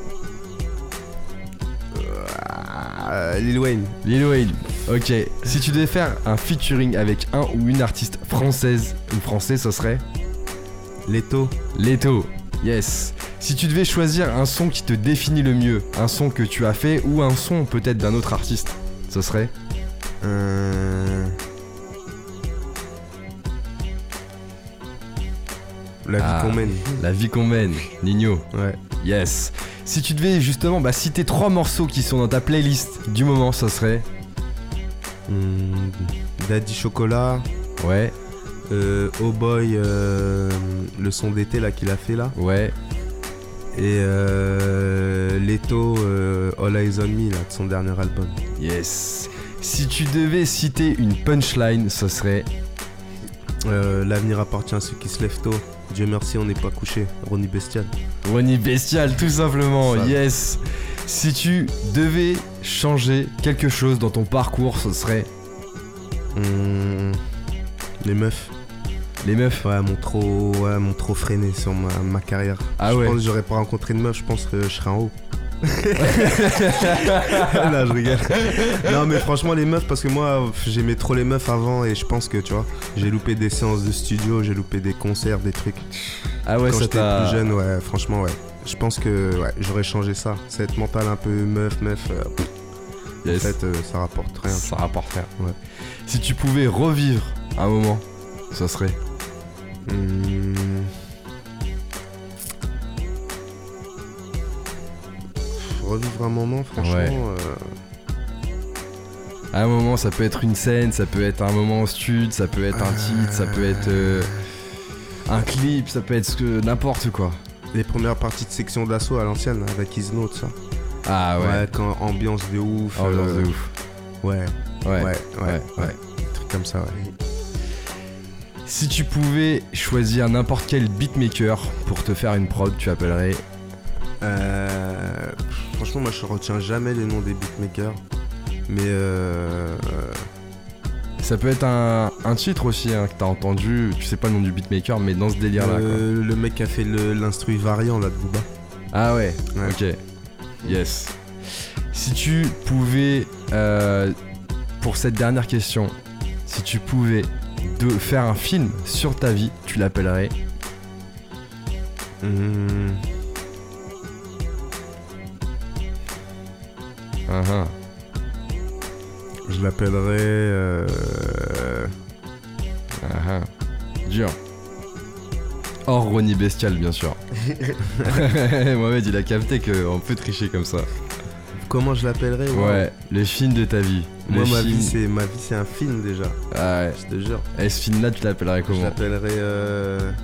Lil Wayne. Lil Wayne. Ok. Si tu devais faire un featuring avec un ou une artiste française ou français, ça serait Leto. Leto. Yes. Si tu devais choisir un son qui te définit le mieux, un son que tu as fait ou un son peut-être d'un autre artiste, ça serait La vie qu'on mène. La vie qu'on mène, Nino. Ouais. Yes. Si tu devais justement citer 3 morceaux qui sont dans ta playlist du moment, ça serait Daddy Chocolat. Ouais, Oh Boy, le son d'été là qu'il a fait là. ouais. Et Leto, All Eyes on Me là, de son dernier album. Yes. Si tu devais citer une punchline, ce serait L'avenir appartient à ceux qui se lèvent tôt. Dieu merci, on n'est pas couché. Ronnie Bestial. Ronnie Bestial, tout simplement. Ça. Yes. Si tu devais changer quelque chose dans ton parcours, ce serait Les meufs. les meufs. Ouais, m'ont trop freiné sur ma carrière. Ah je ouais. pense que j'aurais pas rencontré une meuf, je pense que je serais en haut. Non, je rigole. Non, mais franchement, les meufs, parce que moi, j'aimais trop les meufs avant et je pense que, tu vois, j'ai loupé des séances de studio, j'ai loupé des concerts, des trucs. Ah ouais, Quand ça j'étais t'a. plus jeune, ouais, franchement, ouais. Je pense que ouais, j'aurais changé ça. Cette mentale un peu meuf, en Yes. fait, ça rapporte rien. Ça rapporte rien. Ouais. Si tu pouvais revivre un moment, ça serait Revivre un moment, franchement. Ouais. Un moment, ça peut être une scène, ça peut être un moment au stud, ça peut être un titre, ça peut être un clip, ça peut être n'importe quoi. Les premières parties de section d'assaut à l'ancienne, avec Isno, tout ça. Ah ouais. Quand ambiance de ouf. Ambiance de ouf. Ouais. Ouais. Ouais. Des trucs comme ça, ouais. Si tu pouvais choisir n'importe quel beatmaker pour te faire une prod, tu appellerais... Franchement, moi je retiens jamais les noms des beatmakers. Mais ça peut être un titre aussi hein, que t'as entendu, tu sais pas le nom du beatmaker, mais dans ce délire là. Le mec qui a fait l'instru variant là de Booba. Ah ouais, ok. Yes. Si tu pouvais, pour cette dernière question, si tu pouvais faire un film sur ta vie, tu l'appellerais Je l'appellerais... Dur. Hors Ronnie Bestial, bien sûr. Mohamed, il a capté qu'on peut tricher comme ça. Comment je l'appellerais? Ouais, le film de ta vie. Moi, ma vie, c'est un film déjà. Ah ouais. Je te jure. Et ce film-là, tu l'appellerais comment? Je l'appellerais...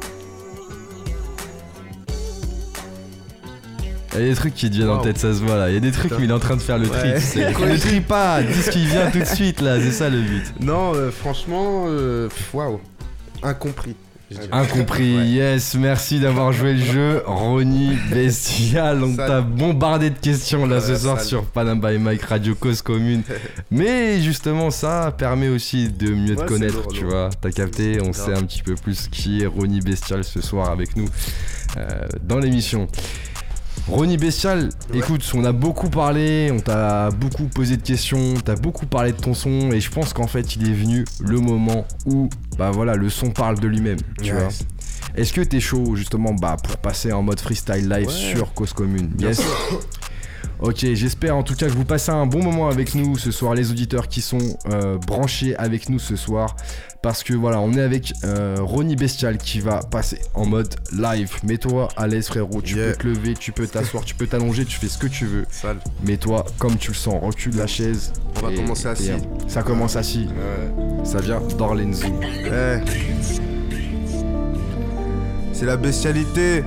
Il y a des trucs qui te viennent en tête, ça se voit là. Il y a des trucs, mais il est en train de faire le tri. Ne trie pas, dis ce qui vient tout de suite là, c'est ça le but. Non, franchement, waouh. Incompris. Incompris, ouais. Yes, merci d'avoir joué le jeu. Ronnie Bestial, donc t'as bombardé de questions là ce soir sur Panam by Mike, Radio Cause Commune. Mais justement, ça permet aussi de mieux te connaître, lourd, tu vois. T'as capté, on sait un petit peu plus qui est Ronnie Bestial ce soir avec nous dans l'émission. Ronnie Bestial, écoute, on a beaucoup parlé, on t'a beaucoup posé de questions, t'as beaucoup parlé de ton son et je pense qu'en fait il est venu le moment où bah voilà, le son parle de lui-même, tu vois. Est-ce que t'es chaud justement pour passer en mode freestyle live sur Cause Commune? Yes. Ok, j'espère en tout cas que vous passez un bon moment avec nous ce soir, les auditeurs qui sont branchés avec nous ce soir. Parce que voilà, on est avec Ronnie Bestial qui va passer en mode live. Mets-toi à l'aise frérot, tu peux te lever, tu peux t'asseoir, tu peux t'allonger, tu fais ce que tu veux. Sale. Mets-toi comme tu le sens, recule la chaise. On va commencer assis. Ça commence assis. Ça vient d'Orlenzo. C'est la bestialité.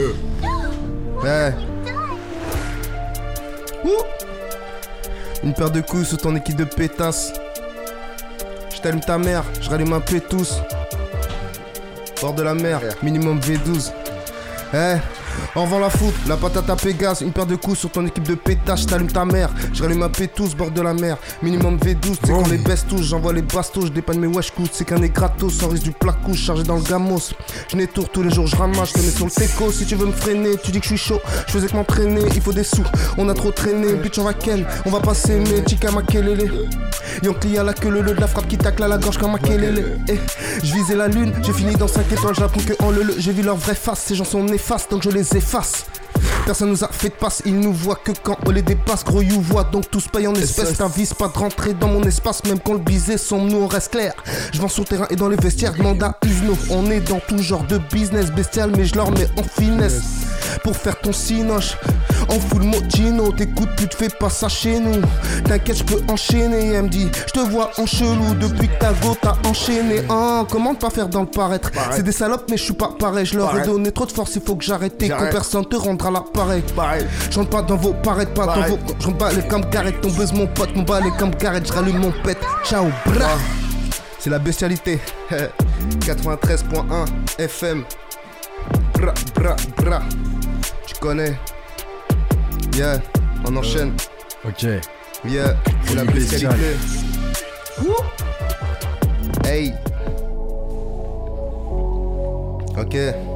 Une paire de couilles sous ton équipe de pétasses. J'allume ta mère, je rallume un pétous. Bord de la mer, minimum V12. En vend la foot, la patate à Pégase. Une paire de coups sur ton équipe de pétasse. J'allume ta mère, je rallume un pétous. Bord de la mer, minimum V12. C'est qu'on les baisse tous, j'envoie les bastos. Je dépanne mes wesh coups, c'est qu'un est gratos. Sans risque du placou, chargé dans le gamos. Je n'étourne tous les jours, je ramasse, je te mets sur le teco. Si tu veux me freiner, tu dis que je suis chaud. Je faisais que m'entraîner, il faut des sous. On a trop traîné, bitch on va ken. On va pas s'aimer, chica makelele. Yonkli à la queue, le de la frappe qui tacle à la gorge comme makelele. Je visais la lune, j'ai fini dans 5 étoiles. J'apprends que en le. J'ai vu leur vraie face, ces gens sont néfastes donc je les efface. Personne nous a fait de passe, ils nous voient que quand on les dépasse. Gros you voit donc tous payent en espèces. T'avises pas de rentrer dans mon espace, même quand le bisé sombre, nous on reste clair. Je vends sur le terrain et dans les vestiaires, demande à Usno. On est dans tout genre de business bestial, mais je leur mets en finesse. Pour faire ton cinoche, en full mochino. T'écoutes plus, te fais pas ça chez nous. T'inquiète, je peux enchaîner. Elle me dit, je te vois en chelou depuis que ta go t'a enchaîné. Comment ne pas faire dans le paraître? C'est des salopes, mais je suis pas pareil. Je leur ai donné trop de force, il faut que j'arrête. Et que personne te rendra l'appareil. Je rentre pas dans vos parettes, pas dans vos. Je rentre pas les comme Garrett. Ton buzz, mon pote, mon balai comme Garrett. Je rallume mon pet. Ciao, bra. C'est la bestialité. 93.1 FM. Bra, bra, bra. Tu connais. Yeah, on enchaîne. Ok. Yeah, c'est la bestialité. Hey. Ok.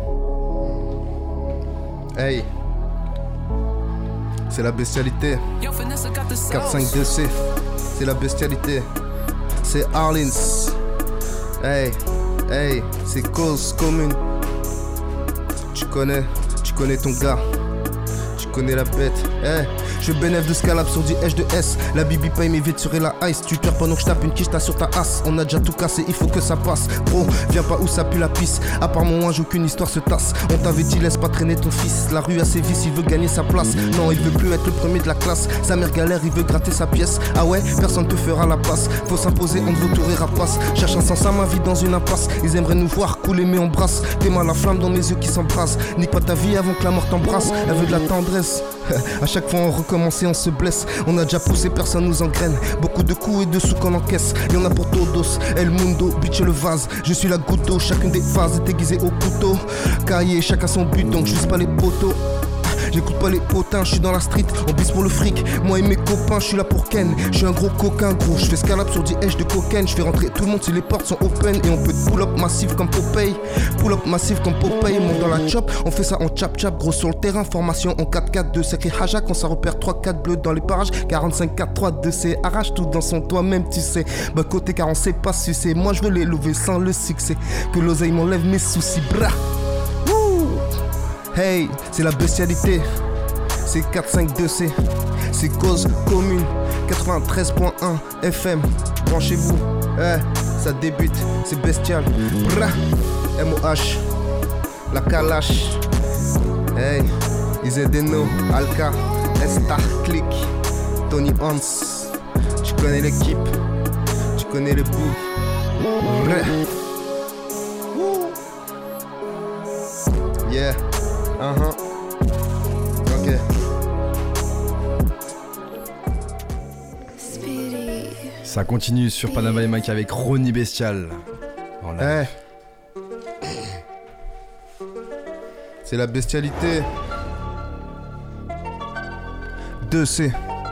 Hey. C'est la bestialité. 452C. C'est la bestialité. C'est Arlins. Hey. Hey. C'est Cause Commune. Tu connais ton gars. Tu connais la bête. Je bénéfice de Scalab sur du H de S. La Bibi paye mes vides sur la ice. Tu pleures pendant que je tape une quiche, t'as sur ta asse. On a déjà tout cassé, il faut que ça passe. Bro, viens pas où ça pue la pisse. À part mon ange, aucune histoire se tasse. On t'avait dit, laisse pas traîner ton fils. La rue a ses vices, il veut gagner sa place. Non, il veut plus être le premier de la classe. Sa mère galère, il veut gratter sa pièce. Ah ouais, personne te fera la passe. Faut s'imposer, on te vautour et rapace. Cherche un sens à ma vie dans une impasse. Ils aimeraient nous voir couler, mais on brasse. T'es mal la flamme dans mes yeux qui s'embrassent. Nique pas ta vie avant que la mort t'embrasse. Elle veut de la tendresse. À chaque fois on recommence et on se blesse. On a déjà poussé, personne nous engraine. Beaucoup de coups et de sous qu'on encaisse. Y'en a pour todos, El Mundo, bitch et le vase. Je suis la goutte d'eau, chacune des phases est aiguisée au couteau. Cahier, chacun son but, donc je vise pas les poteaux. J'écoute pas les potins, je suis dans la street, on bise pour le fric. Moi et mes copains, je suis là pour Ken. Je suis un gros coquin, gros, je fais scalap sur 10 H de cocaine. Je fais rentrer tout le monde si les portes sont open. Et on peut pull up massif comme Popeye. Pull up massif comme Popeye, monte dans la chop. On fait ça en chap-chap, gros sur le terrain. Formation en 4-4-2, sacré Haja. Quand ça repère 3-4 bleus dans les parages. 45-4-3-2, c'est arrache tout dans son toit, même tu sais. Bah côté car on sait pas sucer. Moi je veux les lever sans le succès. Que l'oseille m'enlève mes soucis, bra. Hey, c'est la bestialité. C'est 4-5-2-C. C'est cause commune. 93.1 FM. Branchez-vous. Ça débute. C'est bestial. Bra. MOH. La Kalash. Hey. Izedeno. Alka. Esta. Click. Tony Hans. Tu connais l'équipe. Tu connais le bout. Bra. Yeah. Ok. Ça continue sur Panama by Mike avec Ronnie Bestial. Voilà. C'est la bestialité. 2C.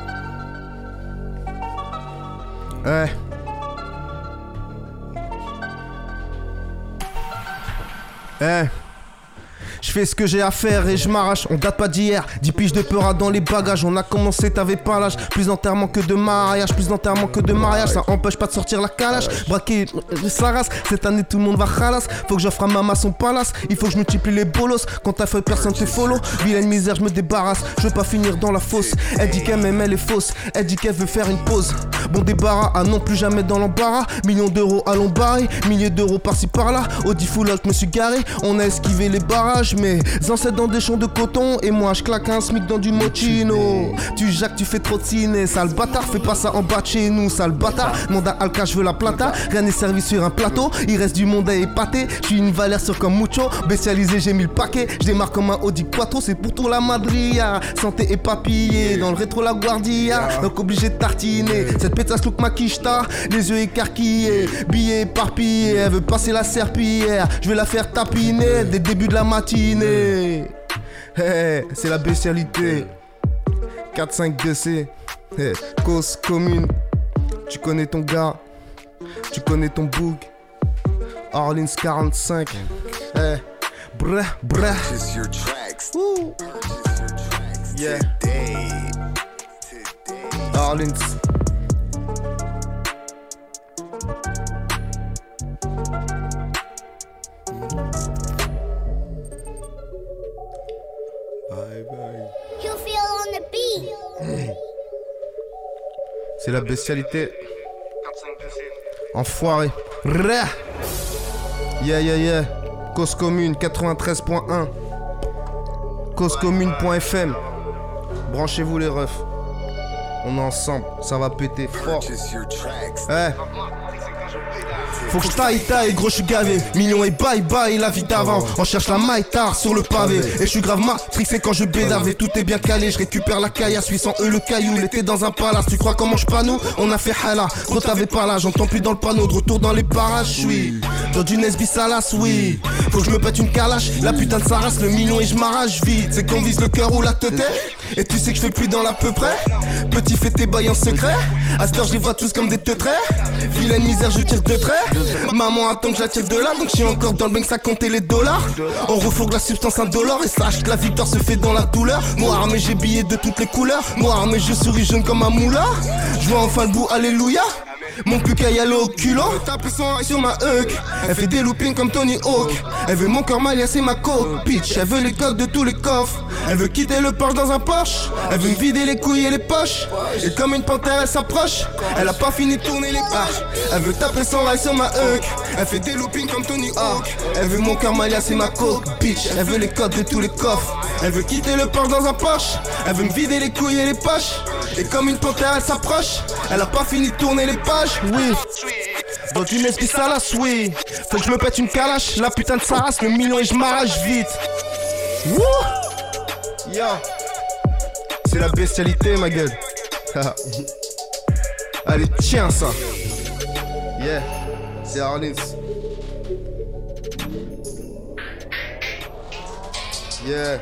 Je fais ce que j'ai à faire et je m'arrache, on date pas d'hier. 10 piges de peura dans les bagages, on a commencé, t'avais pas l'âge. Plus d'enterrement que de mariage, plus d'enterrement que de mariage. Ça empêche pas de sortir la calache, braquer sa race. Cette année tout le monde va khalas. Faut que j'offre à maman son palace, il faut que je multiplie les bolos. Quand t'as fait personne te follow, vilaine misère je me débarrasse. Je veux pas finir dans la fosse, elle dit qu'elle m'aime, elle est fausse. Elle dit qu'elle veut faire une pause. Bon débarras, ah non plus jamais dans l'embarras. Millions d'euros allons barrer, milliers d'euros par-ci par-là. Au 10 foulage je me suis garé, on a esquivé les barrages. Mes ancêtres dans des champs de coton et moi je claque un smic dans du mochino. Tu jacques, tu fais trop de ciné, sale bâtard, fais pas ça en bas de chez nous, sale bâtard. Manda Alka, je veux la plata, rien n'est servi sur un plateau. Il reste du monde à épater, je suis une valeur sur comme mucho. Bestialisé, j'ai mis le paquet, je démarre comme un Audi Quattro. C'est pour tout la madria, santé et papier. Dans le rétro la guardia, donc obligé de tartiner. Cette pétasse look maquista, les yeux écarquillés, billets éparpillés. Elle veut passer la serpillière, je vais la faire tapiner dès le début de la matinée. Hey, c'est la bestialité. 4-5-2-C. Hey, cause commune. Tu connais ton gars, tu connais ton boug. Orleans 45. Hey, brah, brah. Ouh. Yeah. Orleans. C'est la bestialité. Enfoiré. Yeah, yeah, yeah. Cause commune 93.1. Causecommune.fm. Branchez-vous les refs. On est ensemble, ça va péter fort. Faut que je taille, gros je suis gavé. Millions et bye bye la vie d'avant. On cherche la maïtard sur le pavé. Et je suis grave matrixé quand je bédave. Tout est bien calé, je récupère la caillasse. 800 le caillou, l'été dans un palace. Tu crois qu'on mange pas nous? On a fait hala. Gros t'avais pas là, j'entends plus dans le panneau. De retour dans les parages, oui. Dans du Nesby Salas, oui. Faut que je me pète une calache. La putain de sa race, le million et je m'arrache vite. C'est qu'on vise le cœur ou la tête. Et tu sais que je fais plus dans l'à peu près. Petit fait tes bails en secret. À cette heure je les vois tous comme des teutrés. Vilaine misère, je tire de traits. Maman attend que je la tire de là. Donc je suis encore dans le bank, ça compter les dollars. On refourgue la substance indolore. Et sache que la victoire se fait dans la douleur. Moi armé j'ai billets de toutes les couleurs. Moi armé je souris jaune comme un moulin. Je vois enfin le bout, alléluia. Mon plus qu'à y aller au culot. Elle veut taper son rail sur ma huck. Elle fait des loopings comme Tony Hawk. Elle veut mon cœur malia, c'est ma coke. Bitch, elle veut les coques de tous les coffres. Elle veut quitter le Porsche dans un Porsche. Elle veut me vider les couilles et les poches. Et comme une panthère elle s'approche. Elle a pas fini de tourner les pages. Elle veut taper son rail sur ma huck. Elle fait des loopings comme Tony Hawk. Elle veut mon cœur malia, c'est ma coke. Bitch, elle veut les coques de tous les coffres. Elle veut quitter le Porsche dans un Porsche. Elle veut me vider les couilles et les poches. Et comme une panthère elle s'approche. Elle a pas fini de tourner les pages. Oui, dans une espèce Salas, oui. Faut que je me pète une calache. La putain de sa race, le million et je m'arrache vite. Wouh. Yo. C'est la bestialité ma gueule. Allez tiens ça. Yeah, c'est Arnis. Yeah.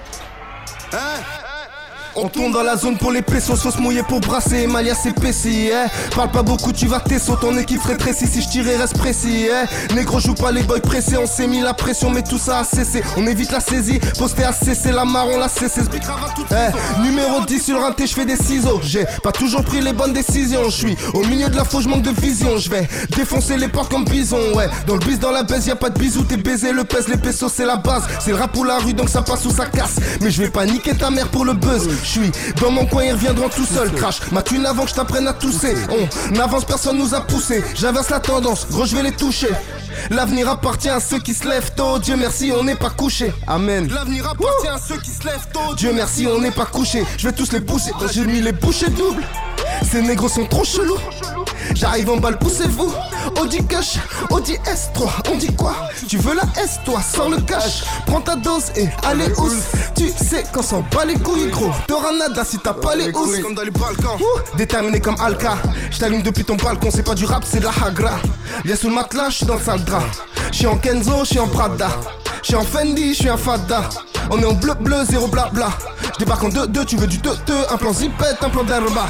On tourne dans la zone pour les pesos, sauce mouillée pour brasser, Malia c'est Pessi, Parle pas beaucoup, tu vas tesser, ton équipe ferait trécis, si je tirais reste précis, Négro joue pas les boys pressés, on s'est mis la pression mais tout ça a cessé, on évite la saisie, posté à cesser, la marron la cessé, numéro 10 sur un T, je fais des ciseaux, j'ai pas toujours pris les bonnes décisions, je suis au milieu de la faux, je manque de vision, je vais défoncer les portes comme bison, dans le bis, dans la baise, y'a pas de bisous, t'es baisé, le pèse, les pesos c'est la base, c'est le rap ou la rue donc ça passe ou ça casse, mais je vais pas niquer ta mère pour le buzz. Je suis dans mon coin, ils reviendront tout seuls. Crash ma thune avant que je t'apprenne à tousser. On avance, personne nous a poussé. J'inverse la tendance, gros je vais les toucher. L'avenir appartient à ceux qui se lèvent tôt. Dieu merci, on n'est pas couché. Amen. L'avenir appartient à ceux qui se lèvent tôt. Dieu merci, on n'est pas couché. Je vais tous les pousser. J'ai mis les bouchées doubles. Ces négros sont trop chelous. J'arrive en balle, poussez-vous. Audi Cash, Audi S3. On dit quoi? Tu veux la S, toi? Sors le cash. Prends ta dose et allez ous. Tu sais qu'on s'en bat les couilles, gros. T'auras nada si t'as pas les housses. Comme dans les Balkans. Déterminé comme Alka. J't'allume depuis ton balcon. C'est pas du rap, c'est de la hagra. Viens sous le matelas, j'suis dans le sale drap. J'suis en Kenzo, j'suis en Prada. J'suis en Fendi, j'suis en Fada. On est en bleu, bleu, zéro blabla. J'débarque en 2-2, tu veux du 2-2. Un plan zipette, un plan d'herba.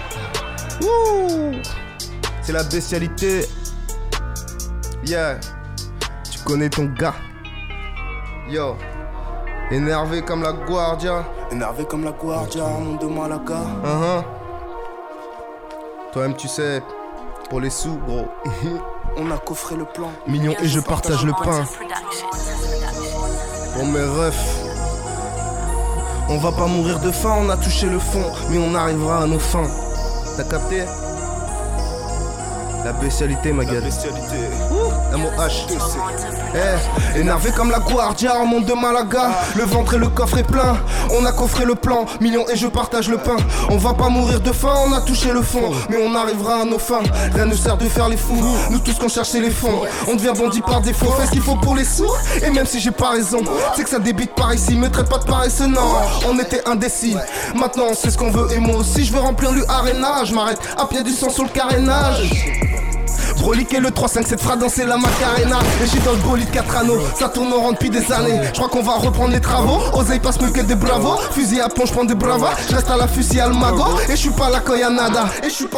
C'est la bestialité. Yeah. Tu connais ton gars. Yo. Énervé comme la Guardia. Énervé comme la Guardia, mon de Malaga. Toi-même tu sais, pour les sous gros. On a coffré le plan. Mignon et je partage le pain. Pour mes refs. On va pas mourir de faim, on a touché le fond, mais on arrivera à nos fins. T'as capté? La bestialité ma gueule. La bestialité. M.O.H. Énervé comme la Guardia, on monte de Malaga. Le ventre et le coffre est plein. On a coffré le plan, million et je partage le pain. On va pas mourir de faim, on a touché le fond, mais on arrivera à nos fins. Rien ne sert de faire les fous. Nous tous qu'on cherche c'est les fonds. On devient bandit par défaut. Fais ce qu'il faut pour les sourds. Et même si j'ai pas raison, c'est que ça débite par ici. Me traite pas de paresseux, non. On était indécis. Maintenant on sait ce qu'on veut et moi aussi je veux remplir l'Arena. Je m'arrête à pied du sang sur le carénage. Broliquer le 3-5-7 fera danser la Macarena. Et j'suis dans le bolide 4 anneaux, ça tourne en rond depuis des années. J'crois qu'on va reprendre les travaux. Oseille passe mieux que des bravos. Fusil à pompe, j'prends des bravas. J'reste à la fusil à le mago. Et j'suis pas la coyanada.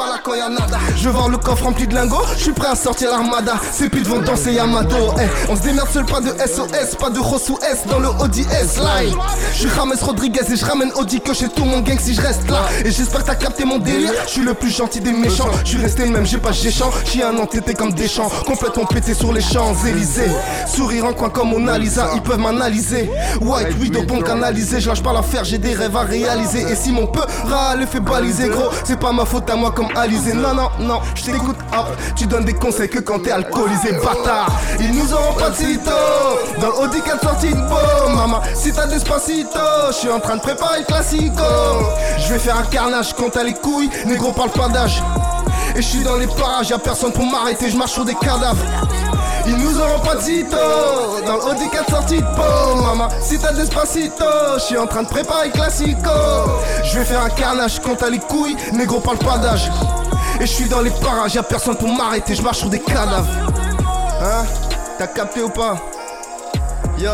Je vends le coffre rempli de lingots. J'suis prêt à sortir l'armada. Ces putes vont danser Yamato. On se démerde seul, pas de SOS. Pas de Rossou S dans le Audi S-Line. J'suis James Rodriguez et j'ramène Audi que chez tout mon gang si j'reste là. Et j'espère que t'as capté mon délire. J'suis le plus gentil des méchants. J'suis resté le même, j'ai pas géchant. J'suis un entêté comme des champs. Complètement pété sur les Champs-Élysées. Sourire en coin comme Mona Lisa. Ils peuvent m'analyser. White Widow bon canalisé. Je lâche pas l'affaire, j'ai des rêves à réaliser. Et si mon peu râle fait baliser gros, c'est pas ma faute à moi comme Alizé. Non non non, je t'écoute hop. Tu donnes des conseils que quand t'es alcoolisé, bâtard. Ils nous auront pas de sito. Dans le Audi 4 sorties de beau. Maman, si t'as Despacito, je suis en train de préparer le classico. Je vais faire un carnage quand t'as les couilles. Négro parle pas d'âge. Et je suis dans les parages, y'a personne pour m'arrêter, je marche sur des cadavres. Ils nous auront pas de zito. Dans le Audi 4 sorties de peau. Maman, si t'as Despacito, je suis en train de préparer le classico. Je vais faire un carnage quand t'as les couilles. Négro parle pas d'âge. Et je suis dans les parages, y'a personne pour m'arrêter, je marche sur des cadavres. Hein? T'as capté ou pas? Yo.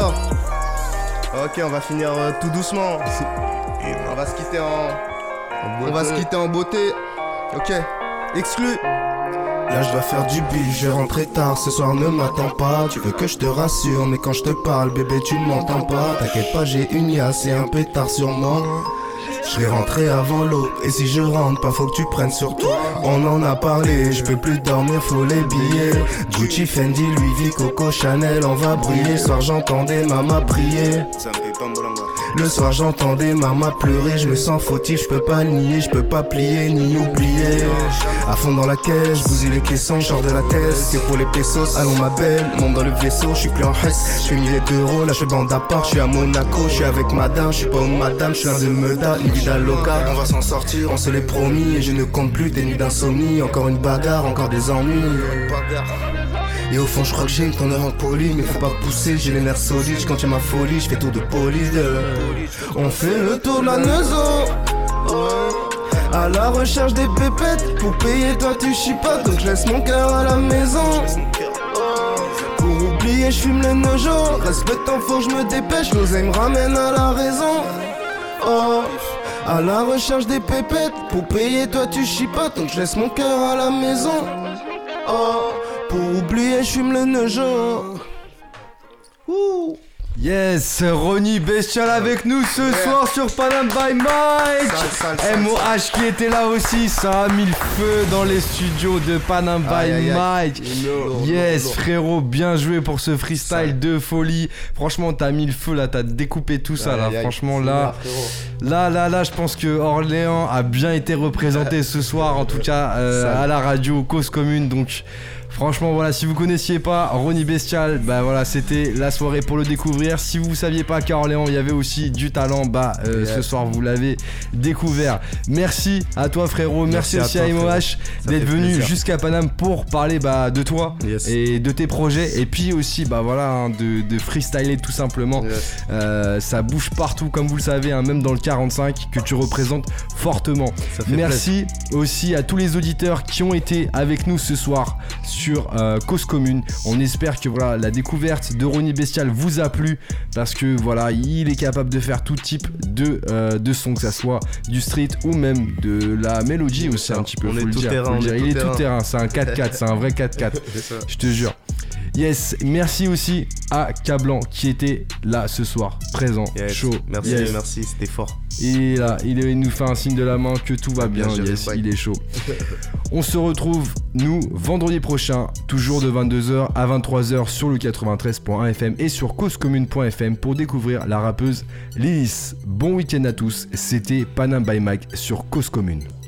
Ok, on va finir tout doucement. On va se quitter en beauté. Ok. Exclu. Là je dois faire du bif, je vais rentrer tard, ce soir ne m'attends pas. Tu veux que je te rassure, mais quand je te parle, bébé tu ne m'entends pas. T'inquiète pas, j'ai une yasse et un pétard sur moi. Je vais rentrer avant l'aube, et si je rentre, pas faut que tu prennes sur toi. On en a parlé, je peux plus dormir, faut les billets. Gucci, Fendi, Louis V, Coco, Chanel, on va briller. Le soir j'entendais maman prier. Le soir j'entendais maman pleurer, je me sens fautif, je peux pas nier, je peux pas plier ni oublier. À fond dans la caisse, je bousille les caissons, je sors de la tête, c'est pour les pesos, allons ma belle, monte dans le vaisseau, je suis plus en Hesse, je fais milliers d'euros, là je bande à part, je suis à Monaco, je suis avec madame, je suis pas une madame, je suis un de Meda, une vida loca. On va s'en sortir, on se l'est promis, et je ne compte plus des nuits d'insomnie, encore une bagarre, encore des ennuis. Et au fond je crois que j'ai une tendeur en poli. Mais faut pas pousser, j'ai les nerfs solides. Je ma folie, je fais tour de police. On fait le tour de la Neuzo. À la recherche des pépettes, pour payer toi tu chipotes, donc je laisse mon cœur à la maison. Pour oublier je fume le nojo, respectant faut que je me dépêche, l'oseille me ramène à la raison. Oh, à la recherche des pépettes, pour payer toi tu chipotes, donc je laisse mon cœur à la maison. Oh, pour oublier je fume le nojo. Yes, Ronnie Bestial avec nous ce soir sur Panam by Mike. MOH qui était là aussi, ça a mis le feu dans les studios de Panam by Mike. Yes, frérot, bien joué pour ce freestyle de folie. Franchement, t'as mis le feu là, t'as découpé tout ça là. Franchement, là, je pense que Orléans a bien été représenté ce soir, en tout cas à la radio Cause Commune. Donc franchement voilà, si vous connaissiez pas Ronnie Bestial, bah voilà, c'était la soirée pour le découvrir. Si vous saviez pas qu'à Orléans il y avait aussi du talent, bah ce soir vous l'avez découvert. Merci à toi frérot, merci aussi à MOH d'être venu jusqu'à Paname pour parler de toi et de tes projets, et puis aussi voilà de freestyler tout simplement. Ça bouge partout comme vous le savez, même dans le 45 que tu représentes fortement. Merci aussi à tous les auditeurs qui ont été avec nous ce soir sur Cause Commune. On espère que la découverte de Ronnie Bestial vous a plu, parce que il est capable de faire tout type de son, que ça soit du street ou même de la mélodie aussi un petit peu. Il est tout terrain, c'est un 4x4, c'est un vrai 4x4, je te jure. Yes, merci aussi à Cablan qui était là ce soir, présent, chaud. Merci, c'était fort. Et là, il nous fait un signe de la main que tout va bien, il est chaud. On se retrouve, nous, vendredi prochain, toujours de 22h à 23h sur le 93.1 FM et sur causecommune.fm pour découvrir la rappeuse Lilith. Bon week-end à tous, c'était Panam by Mike sur Cause Commune.